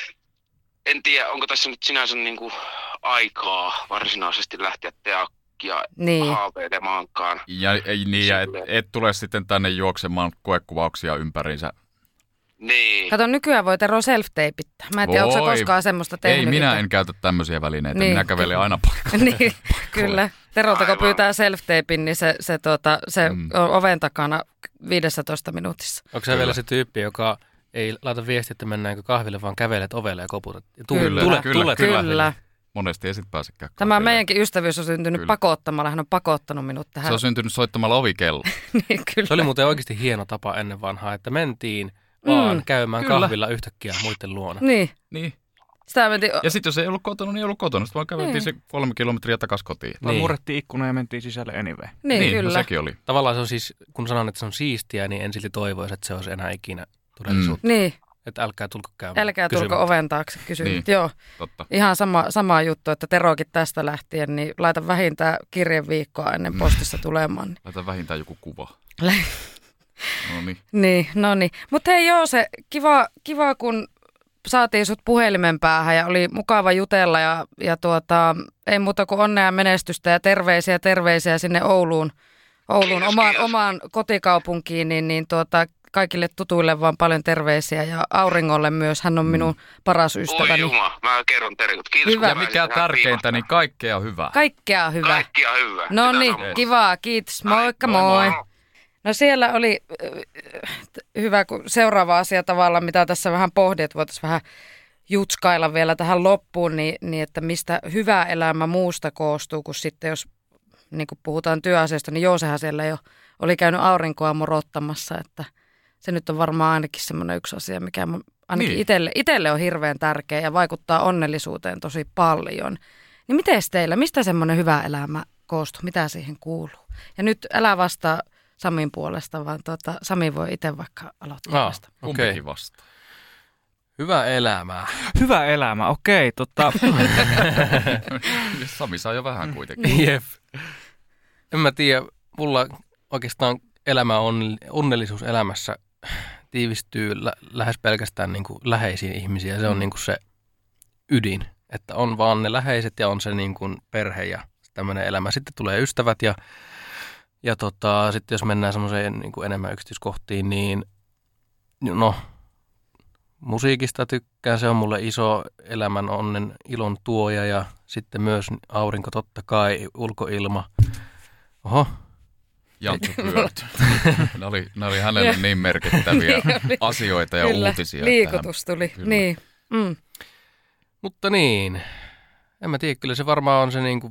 En tiedä, onko tässä nyt sinänsä niin kuin aikaa varsinaisesti lähteä teakkia niin. haaveilemaankaan. Ja, niin, ja et, et tule sitten tänne juoksemaan koekuvauksia ympäriinsä. Niin. Kato, nykyään voi Tero self-tapeittaa. Mä en tiedä, onko sä koskaan semmoista tehnyt. Ei, minä en käytä tämmöisiä välineitä. Niin. Minä kävelen aina paikalle. Niin, kyllä. Terolta kun pyytää self-tapein, niin se, se, tuota, se mm. on oven takana viisitoista minuutissa. Onko se vielä se tyyppi, joka... Ei laita viestiä, että mennäänkö kahville, vaan kävelet ovelle ja koputat. Tule, kyllä, tule, kyllä, tule, kyllä. kyllä. Monesti ei sitten pääsekään kahville. Tämä meidänkin ystävyys on syntynyt kyllä. pakottamalla. Hän on pakottanut minut tähän. Se on syntynyt soittamalla ovikello. niin, kyllä. Se oli muuten oikeasti hieno tapa ennen vanhaa, että mentiin vaan mm, käymään kyllä. kahvilla yhtäkkiä muiden luona. Niin. niin. Sitä mentiin... Ja sitten jos ei ollut kotona, niin ei ollut kotona. Sitten vaan käveltiin niin. se kolme kilometriä takaisin kotiin. Vai niin. murrettiin ikkuna ja mentiin sisälle anyway. Niin, niin kyllä. No sekin oli. Tavallaan se on siis, kun sanon, että se on siistiä, niin en silti toivoisi, että se olisi enää ikinä todellisuutta. Mm. Niin. Että älkää tulko käymään. Älkää tulko kysymään. Oven taakse kysymään. Niin, joo, totta. Ihan sama, sama juttu, että Terokin tästä lähtien, niin laita vähintään kirjeviikkoa ennen postissa tulemaan. Niin. Laita vähintään joku kuva. no niin. Niin, no niin. Mutta hei joo, se kiva, kiva, kun saatiin sut puhelimen päähän ja oli mukava jutella ja, ja tuota, ei muuta kuin onnea menestystä ja terveisiä terveisiä sinne Ouluun, Ouluun kiitos, omaan, kiitos. omaan kotikaupunkiin, niin, niin tuota, kaikille tutuille vaan paljon terveisiä ja Auringolle myös. Hän on minun paras ystäväni. Oi juma, mä kerron terveet. Kiitos. Hyvä. Ja mikä tärkeintä, niin kaikkea hyvää. Kaikkea hyvää. Kaikkea hyvää. No niin, kivaa. Kiitos. Moikka moi. moi. No siellä oli äh, hyvä, kun seuraava asia tavallaan, mitä tässä vähän pohdin, että voitaisiin vähän jutskailla vielä tähän loppuun, niin, niin että mistä hyvä elämä muusta koostuu, kun sitten jos niin kun puhutaan työasiasta, niin Joosehan siellä jo oli käynyt aurinkoa morottamassa, että se nyt on varmaan ainakin semmoinen yksi asia, mikä ainakin niin. itselle, itselle on hirveän tärkeä ja vaikuttaa onnellisuuteen tosi paljon. Niin miten teillä, mistä semmoinen hyvä elämä koostuu, mitä siihen kuuluu? Ja nyt älä vastaa Samin puolesta, vaan tuota, Sami voi itse vaikka aloittaa vasta. Ah, kumpikin vasta. Hyvä elämää. Hyvä elämä, okei. Tota. Sami saa jo vähän kuitenkin. Jep. En mä tiedä, mulla oikeastaan elämä on, onnellisuus elämässä tiivistyy lä- lähes pelkästään niin kuin läheisiin ihmisiin. Se on niin kuin se ydin, että on vaan ne läheiset ja on se niin kuin perhe ja tämmöinen elämä. Sitten tulee ystävät ja, ja tota, sitten jos mennään semmoiseen niin kuin enemmän yksityiskohtiin, niin no musiikista tykkään. Se on mulle iso elämän onnen ilon tuoja ja sitten myös aurinko totta kai, ulkoilma. Oho. jantsupyörät. ne, oli, ne oli hänelle niin merkittäviä niin asioita ja kyllä, uutisia. liikutus tuli, kyllä. Niin. Mm. Mutta niin, en mä tiedä, kyllä se varmaan on se niinku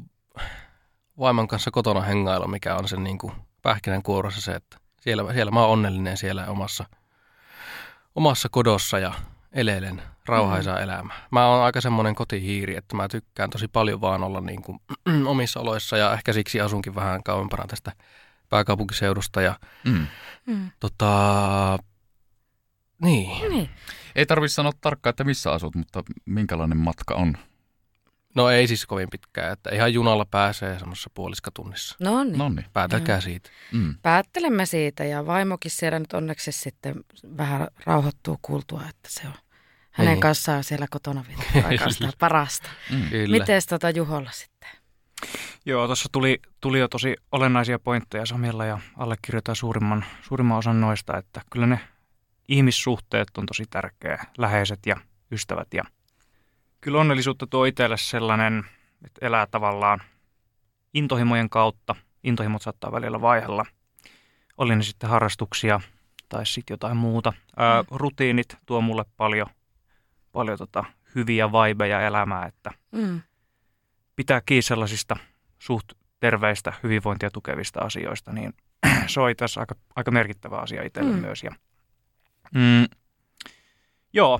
vaimon kanssa kotona hengailu, mikä on se niinku pähkinänkuorossa se, että siellä, siellä mä oon onnellinen siellä omassa, omassa kodossa ja eleilen rauhaisaa mm. elämää. Mä oon aika semmoinen kotihiiri, että mä tykkään tosi paljon vaan olla niinku omissa oloissa ja ehkä siksi asunkin vähän kauempana tästä pääkaupunkiseudusta ja mm. Mm. tota, niin. niin. Ei tarvitse sanoa tarkkaan, että missä asut, mutta minkälainen matka on? No ei siis kovin pitkään, että ihan junalla pääsee semmoisessa puoliskatunnissa. No niin. Noniin. Päätelkää siitä. Mm. Päättelemme siitä ja vaimokin siellä nyt onneksi sitten vähän rauhoittuu kuultua, että se on hänen niin. kanssaan siellä kotona viettää aikaa sitä parasta. Mm. Mites tota Juholla sitten? Joo, tuossa tuli, tuli jo tosi olennaisia pointteja Samilla ja allekirjoitan suurimman, suurimman osan noista, että kyllä ne ihmissuhteet on tosi tärkeä, läheiset ja ystävät ja kyllä onnellisuutta tuo itselle sellainen, että elää tavallaan intohimojen kautta. Intohimot saattaa välillä vaihella. Oli ne sitten harrastuksia tai sitten jotain muuta. Ää, mm. Rutiinit tuo mulle paljon, paljon tota hyviä vibeja elämää, että mm. pitää kiinni sellaisista suht terveistä, hyvinvointia tukevista asioista, niin se on itse asiassa aika, aika merkittävä asia itselle mm. myös. Ja, mm, joo,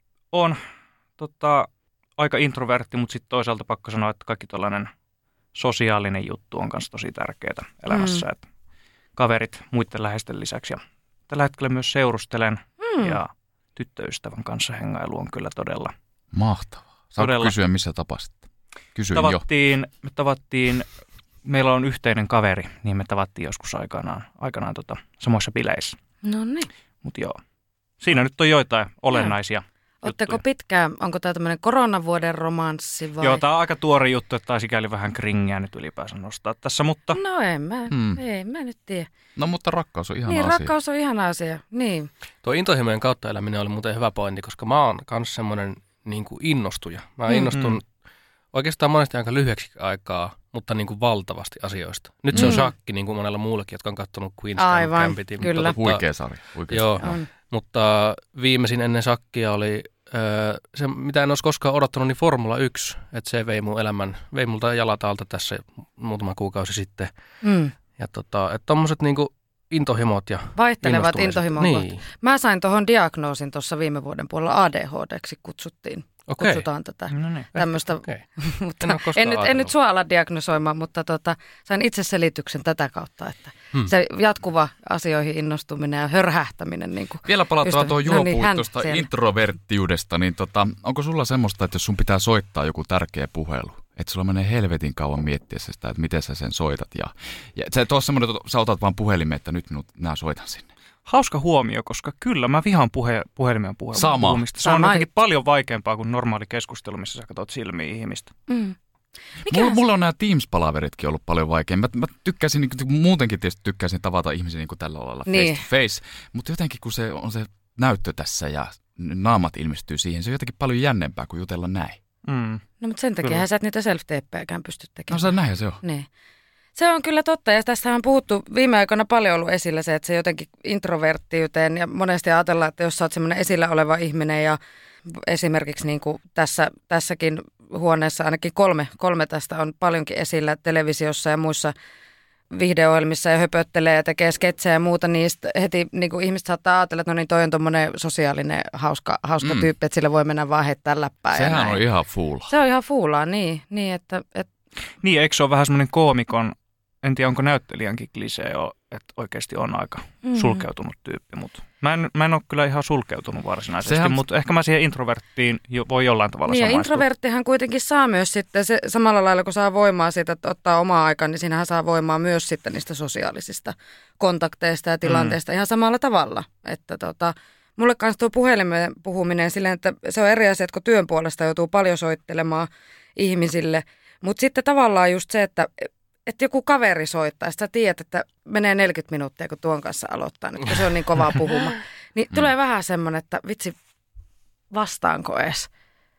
on tota, aika introvertti, mutta sitten toisaalta pakko sanoa, että kaikki tällainen sosiaalinen juttu on myös tosi tärkeää elämässä. Mm. Että kaverit muiden läheisten lisäksi. Ja tällä hetkellä myös seurustelen mm. ja tyttöystävän kanssa hengailu on kyllä todella mahtavaa. Saatko todella kysyä, missä tapasitte? Kysyin tavattiin, jo. Me tavattiin, meillä on yhteinen kaveri, niin me tavattiin joskus aikanaan, aikanaan tota, samoissa bileissä. No niin. Mutta joo, siinä nyt on joitain olennaisia. Oletteko pitkään, onko tämä tämmöinen koronavuoden romanssi vai? Joo, tämä on aika tuori juttu, että tämä sikäli vähän kringiä nyt ylipäänsä nostaa tässä, mutta no en mä, hmm. ei mä nyt tiedä. No mutta rakkaus on ihana niin, asia. Niin, rakkaus on ihana asia, niin. Tuo intohimojen kautta eläminen oli muuten hyvä pointti, koska mä oon myös semmoinen niin kuin innostuja. Mä innostun mm. oikeastaan monesti aika lyhyeksi aikaa, mutta niin kuin valtavasti asioista. Nyt mm. se on shakki, niin kuin monella muullekin, jotka on katsonut Queen's Gambitin. Kyllä. Mutta, huikea sarja. Huikea joo, sarja. Mutta viimeisin ennen shakkia oli se, mitä en olisi koskaan odottanut, niin Formula yksi, että se vei mun elämän, vei multa jalat alta tässä muutama kuukausi sitten. Mm. Ja tota, että tommoset niinku intohimot ja vaihtelevat intohimot. Niin. Mä sain tuohon diagnoosin tuossa viime vuoden puolella A D H D:ksi kutsuttiin. Okay. Kutsutaan tätä no niin. tämmöistä, okay. mutta en, en, nyt, en nyt sua ala diagnosoimaan, mutta tota, sain itse selityksen tätä kautta, että hmm. se jatkuva asioihin innostuminen ja hörhähtäminen. Niin kuin vielä palataan tuon Juho puhui tuosta introverttiudesta, niin tota, onko sulla semmoista, että jos sun pitää soittaa joku tärkeä puhelu, että sulla menee helvetin kauan miettiessä sitä, että miten sä sen soitat ja, ja sä et ole semmoinen, että sä otat vaan puhelimen, että nyt minut, nää soitan sinne. Hauska huomio, koska kyllä mä vihaan puhe, puhelimen puhe, puhumista. Se on jotenkin paljon vaikeampaa kuin normaali keskustelu, missä sä katsot silmiin ihmistä. Mm. Mulla, mulla on nämä Teams-palaveritkin ollut paljon vaikeampia. Mä, mä tykkäsin, niin, muutenkin tietysti tykkäsin tavata ihmisiä niin kuin tällä lailla niin. face to face, mutta jotenkin kun se on se näyttö tässä ja naamat ilmestyy siihen, se on jotenkin paljon jännempää kuin jutella näin. Mm. No mutta sen takia sä et niitä self-teppejäkään pysty tekemään. No se näin se on. Niin. Se on kyllä totta ja tässä on puhuttu viime aikoina paljon ollut esillä se, että se jotenkin introverttiyteen ja monesti ajatellaan, että jos sä oot semmoinen esillä oleva ihminen ja esimerkiksi niin kuin tässä, tässäkin huoneessa ainakin kolme, kolme tästä on paljonkin esillä televisiossa ja muissa viihdeohjelmissa ja höpöttelee ja tekee sketsejä ja muuta, niin heti niin kuin ihmiset saattaa ajatella, että no niin toi on tommoinen sosiaalinen hauska, hauska mm. tyyppi, että sillä voi mennä vaan heittää läppää. Sehän ja näin. on ihan fuulaa. Se on ihan fuulaa, niin, niin että... että niin, eikö se ole vähän semmoinen koomikon, en tiedä onko näyttelijänkin klisee, että oikeasti on aika mm. sulkeutunut tyyppi, mutta mä en, mä en ole kyllä ihan sulkeutunut varsinaisesti, Sehän... mutta ehkä mä siihen introverttiin jo, voi jollain tavalla niin, samaistua. Introverttihan kuitenkin saa myös sitten, se, samalla lailla kun saa voimaa siitä, että ottaa omaa aikaa, niin siinähän saa voimaa myös sitten niistä sosiaalisista kontakteista ja tilanteista mm. ihan samalla tavalla, että tota... Mulle kanssa tuo puhelimen puhuminen silleen, että se on eri asia, että kun työn puolesta joutuu paljon soittelemaan ihmisille, mutta sitten tavallaan just se, että, että joku kaveri soittaa, sä tiedät, että menee neljäkymmentä minuuttia, kun tuon kanssa aloittaa, nyt kun se on niin kovaa puhuma, niin tulee vähän semmoinen, että vitsi, vastaanko edes?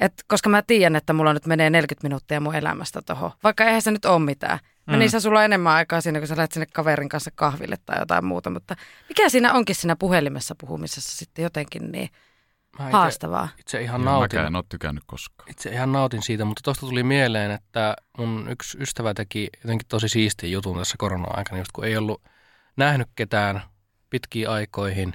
Et, koska mä tiedän, että mulla nyt menee neljäkymmentä minuuttia mun elämästä tohon. Vaikka eihän se nyt ole mitään. Mm. Niissä sulla on enemmän aikaa siinä, kun sä lähdet sinne kaverin kanssa kahville tai jotain muuta. Mutta mikä siinä onkin siinä puhelimessa puhumisessa sitten jotenkin niin mä haastavaa? Itse, itse ihan nautin. Mäkään en ole tykännyt koskaan. Itse ihan nautin siitä, mutta tuosta tuli mieleen, että mun yksi ystävä teki jotenkin tosi siistin jutun tässä korona-aikana, just kun ei ollut nähnyt ketään pitkiin aikoihin,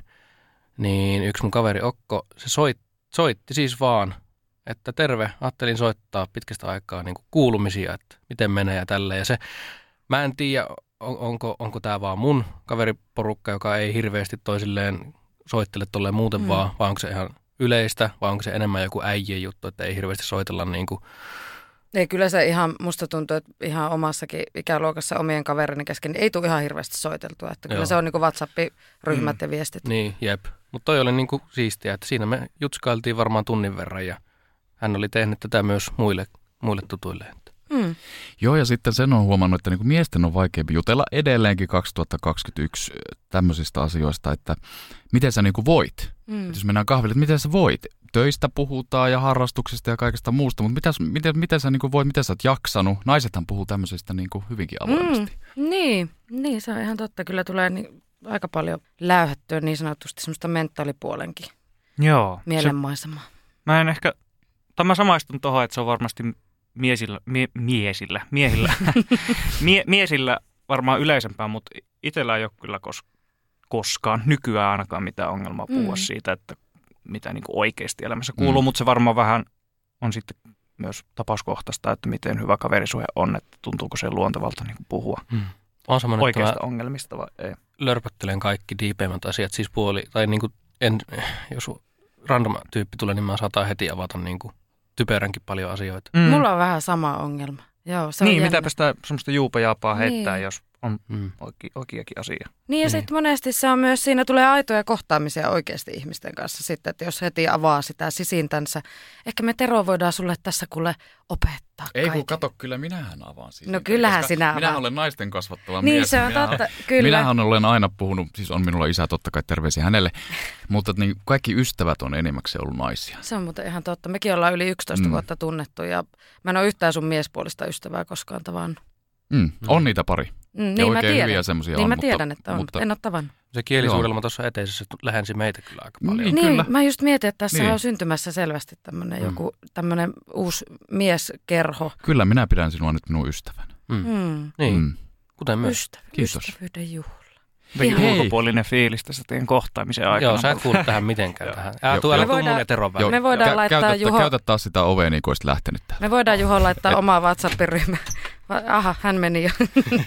niin yksi mun kaveri Okko, se soit, soitti siis vaan, että terve, ajattelin soittaa pitkästä aikaa niin kuin kuulumisia, että miten menee ja tälleen. Ja se, mä en tiedä, on, onko, onko tämä vaan mun kaveriporukka, joka ei hirveästi toisilleen soittele tolleen muuten mm. vaan, vai onko se ihan yleistä, vai onko se enemmän joku äijien juttu, että ei hirveästi soitella niin kuin. Ei, kyllä se ihan, musta tuntuu, että ihan omassakin ikäluokassa omien kaverini kesken niin ei tule ihan hirveästi soiteltua. Että kyllä Joo. se on niin kuin WhatsApp-ryhmät mm. ja viestit. Niin, jep. Mutta toi oli niin kuin siistiä, että siinä me jutskailtiin varmaan tunnin verran ja hän oli tehnyt tätä myös muille, muille tutuille. Mm. Joo, ja sitten sen on huomannut, että niin kuin miesten on vaikeampi jutella edelleenkin kaksituhattakaksikymmentäyksi tämmöisistä asioista, että miten sä niin kuin voit. Mm. Jos mennään kahville, että miten sä voit. Töistä puhutaan ja harrastuksista ja kaikesta muusta, mutta miten, miten, miten sä niin kuin voit, miten sä oot jaksanut? Naisethan puhuu tämmöisistä niin kuin hyvinkin avoimesti. Mm. Niin, niin, se on ihan totta. Kyllä tulee niin, aika paljon läyhättyä niin sanotusti semmoista mentaalipuolenkin Joo, mielenmaisemaa. Se, mä en ehkä, tai mä samaistun tuohon, että se on varmasti miesillä, mie, miesillä, miehillä, mie, miesillä varmaan yleisempää, mutta itsellä ei ole kyllä kos, koskaan, nykyään ainakaan mitään ongelmaa puhua mm. siitä, että mitä niin kuin oikeasti elämässä kuuluu, mm. mutta se varmaan vähän on sitten myös tapauskohtaista, että miten hyvä kaverisuhe on, että tuntuuko se luontevalta niin kuin puhua mm. on oikeista ongelmista vai ei. Lörpöttelen kaikki diipeimmät asiat, siis puoli, tai niin kuin en, jos random tyyppi tulee, niin mä saatan heti avata niin kuin typeränkin paljon asioita. Mm. Mulla on vähän sama ongelma. Joo, se niin, mitäpä sitä semmoista juupajaapaa heittää, niin. jos on mm. oike, oikeakin asia. Niin ja niin. sitten monesti se on myös, siinä tulee aitoja kohtaamisia oikeasti ihmisten kanssa sitten, että jos heti avaa sitä sisintänsä. Ehkä me Tero voidaan sulle tässä kuule opettaa Ei kaiken. kun kato, kyllä minähän avaan sisintä. No kyllähän sinä avaat. Minähän olen naisten kasvattava niin, mies. Se on minähän, totta, kyllä. Minähän olen aina puhunut, siis on minulla isä totta kai, terveisiä hänelle, mutta niin kaikki ystävät on enimmäkseen ollut naisia. Se on muuten ihan totta. Mekin ollaan yli yksitoista mm. vuotta tunnettu ja mä en ole yhtään sun miespuolista ystävää koskaan tavannut. Mm, on niitä pari. Mm, niin ja mä oikein tiedän. hyviä semmoisia niin on. mä mutta, tiedän, että on, mutta en ole tavannut. Se kielisuudelma tuossa eteisessä lähensi meitä kyllä aika paljon. Niin, niin kyllä. Mä just mietin, että tässä niin. on syntymässä selvästi tämmöinen mm. joku tämmöinen uusi mieskerho. Kyllä, minä pidän sinua nyt minun ystävänä. Mm. Mm. Niin, mm. kuten myös. Ystävä, Kiitos. Ystävyyden juhla. Vekin ulkopuolinen fiilis tässä teidän kohtaamisen aikana. Joo, sä et kuulu tähän mitenkään tähän. Ää, tuu, älä tuu mun ja Teron väliin. Me voidaan Kä- laittaa käytä, Juho... Käytä taas sitä ovea, niin kuin olisit lähtenyt tähän. Me voidaan Juho laittaa omaa WhatsApp-ryhmää. Aha, hän meni jo.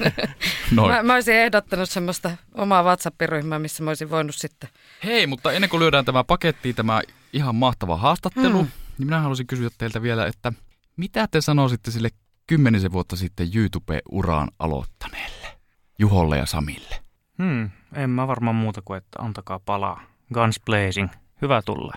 mä, mä olisin ehdottanut semmoista omaa WhatsApp-ryhmää, missä mä olisin voinut sitten. Hei, mutta ennen kuin lyödään tämä pakettiin, tämä ihan mahtava haastattelu, mm. niin minä haluaisin kysyä teiltä vielä, että mitä te sanoisitte sille kymmenisen vuotta sitten YouTube-uraan aloittaneelle, Juholle ja Samille? Hmm, en mä varmaan muuta kuin, että antakaa palaa. Guns blazing. Hyvä tulla.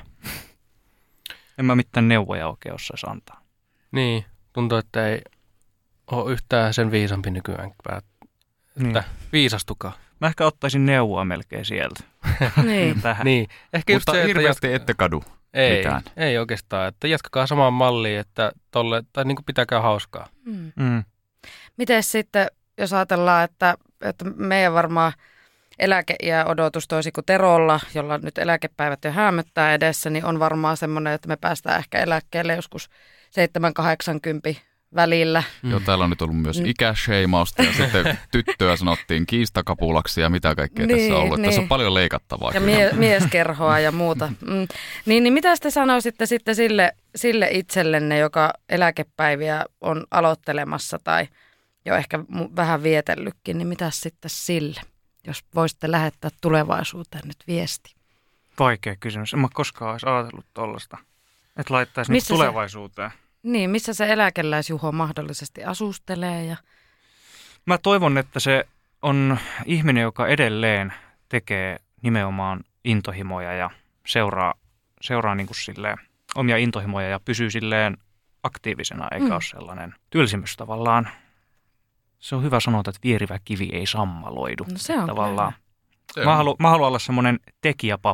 En mä mitään neuvoja oikein osaisi antaa. Niin, tuntuu, että ei ole yhtään sen viisampi nykyään. Että niin. Viisastukaa. Mä ehkä ottaisin neuvoa melkein sieltä. niin. niin. Ehkä Mutta just se, hirveästi että ette kadu ei, mitään. Ei oikeastaan. Että jatkakaa samaan malliin, että tolle, tai niin kuin pitäkää hauskaa. Mm. Mm. Miten sitten, jos ajatellaan, että, että meidän varmaan eläkeiän odotus toisin kuin Terolla, jolla nyt eläkepäivät jo häämöttää edessä, niin on varmaan semmoinen, että me päästään ehkä eläkkeelle joskus seitsemän kahdeksankymmentä välillä. Mm. Joo, täällä on nyt ollut myös ikäsheimausta ja sitten tyttöä sanottiin kiistakapulaksi ja mitä kaikkea niin, tässä on ollut. Niin. Tässä on paljon leikattavaa. Ja mie- mieskerhoa ja muuta. Mm. Niin, niin mitä te sanoisitte sitten sille, sille itsellenne, joka eläkepäiviä on aloittelemassa tai jo ehkä vähän vietellytkin, niin mitä sitten sille, jos voisitte lähettää tulevaisuuteen nyt viesti? Vaikea kysymys. En mä koskaan olisi ajatellut tollaista, että laittaisi nyt tulevaisuuteen. Se, niin, missä se eläkeläisjuho mahdollisesti asustelee? Ja... Mä toivon, että se on ihminen, joka edelleen tekee nimenomaan intohimoja ja seuraa, seuraa niin kuin silleen omia intohimoja ja pysyy silleen aktiivisena, eikä mm. ole sellainen tylsimys tavallaan. Se on hyvä sanoa, että vierivä kivi ei sammaloidu. No se on tavallaan. Mä haluan, mä haluan olla semmoinen tekijäpappa,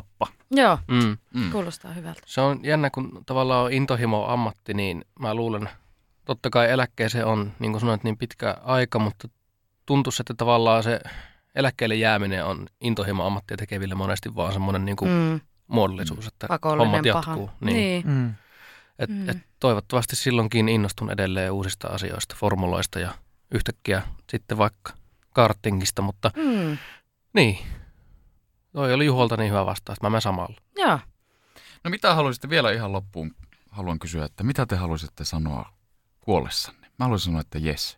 Joo, Mm. mm. kuulostaa hyvältä. Se on jännä, kun tavallaan on intohimo ammatti, niin mä luulen, totta kai eläkkeeseen on, niin kuin sanoit, niin pitkä aika, mutta tuntuisi, että tavallaan se eläkkeelle jääminen on intohimo ammattia tekeville monesti vaan semmoinen niin kuin mm. muodollisuus, että pakollinen hommat jatkuu. Paha. Niin. niin. Mm. Et, mm. et toivottavasti silloinkin innostun edelleen uusista asioista, formuloista ja yhtäkkiä sitten vaikka kartingista, mutta mm. niin, toi oli Juholta niin hyvä vastaus, että mä menen samalla. Joo. No mitä haluaisitte vielä ihan loppuun, haluan kysyä, että mitä te haluaisitte sanoa kuollessanne? Mä haluaisin sanoa, että jes.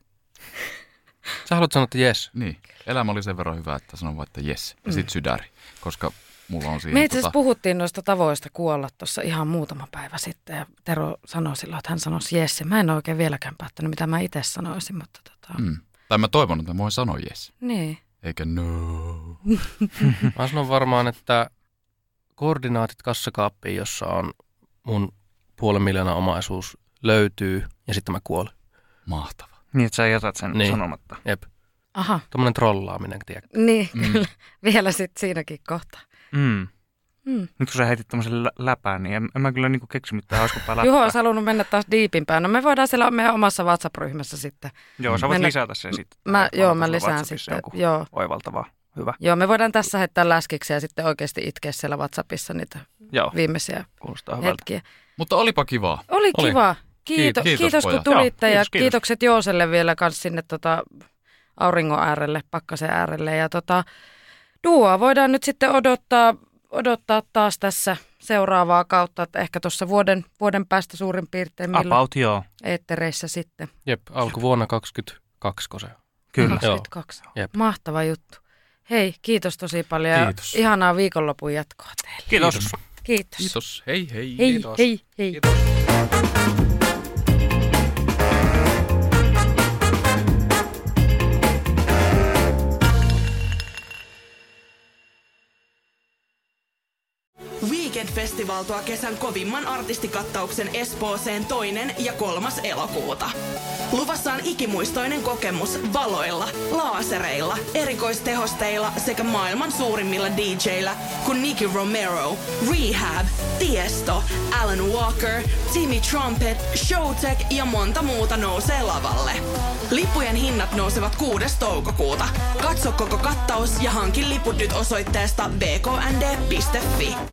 Sä haluat sanoa, että jes? Niin, elämä oli sen verran hyvä, että sanon vaan, että jes. Ja mm. sit sydäri, koska mulla on siihen... Me itse asiassa tota... puhuttiin noista tavoista kuolla tuossa ihan muutama päivä sitten ja Tero sanoi silloin, että hän sanoisi jes. Mä en ole oikein vieläkään päättänyt, mitä mä itse sanoisin, mutta tota... Mm. Tai mä toivon, että mä voin sanoa jes. Niin. Eikä no. Mä sanon varmaan, että koordinaatit kassakaappiin, jossa on mun puolen miljoonaa omaisuus löytyy ja sitten mä kuolen. Mahtava. Niin, että sä jätät sen niin. sanomatta. Jep. Aha. Tuommoinen trollaaminen, tiedä. Niin, mm. kyllä. Vielä sitten siinäkin kohtaa. Mm. Mm. Nyt kun sä heitit tämmöisen lä- läpään, niin en, en mä kyllä niinku keksi mitään hauskapaa läppää. Juho olisi halunnut mennä taas diipimpään. No me voidaan siellä meidän omassa WhatsApp-ryhmässä sitten. Joo, sä voit mennä... lisätä sen sitten. Mä, joo, mä lisään sitten. Joo. Oivaltavaa. Hyvä. Joo, me voidaan tässä heittää läskiksi ja sitten oikeasti itkeä siellä WhatsAppissa niitä joo. viimeisiä hetkiä. Mutta olipa kivaa. Oli, Oli. kiva. Kiito, kiitos, kiitos kun tulitte joo, kiitos, ja kiitos. Kiitokset Jooselle vielä kans sinne tota auringon äärelle, pakkasen äärelle. Ja tota, duoa voidaan nyt sitten odottaa, odottaa taas tässä seuraavaa kautta, että ehkä tuossa vuoden, vuoden päästä suurin piirtein milloin About, joo. eettereissä sitten. Jep, alkuvuonna kaksikymmentäkaksi, kun se on. Kyllä. kaksikymmentäkaksi. Mahtava juttu. Hei, kiitos tosi paljon. Kiitos. Ihanaa viikonlopun jatkoa teille. Kiitos. Kiitos. Kiitos. Hei hei. Hei Kiitos. hei hei. Kiitos. Weekend-festival tuo kesän kovimman artistikattauksen Espooseen toinen ja kolmas elokuuta. Luvassa on ikimuistoinen kokemus valoilla, laasereilla, erikoistehosteilla sekä maailman suurimmilla D J:illä kuin Nicky Romero, Rehab, Tiesto, Alan Walker, Timmy Trumpet, Showtek ja monta muuta nousee lavalle. Lippujen hinnat nousevat kuudes toukokuuta. Katso koko kattaus ja hankin liput nyt osoitteesta b k n d piste f i.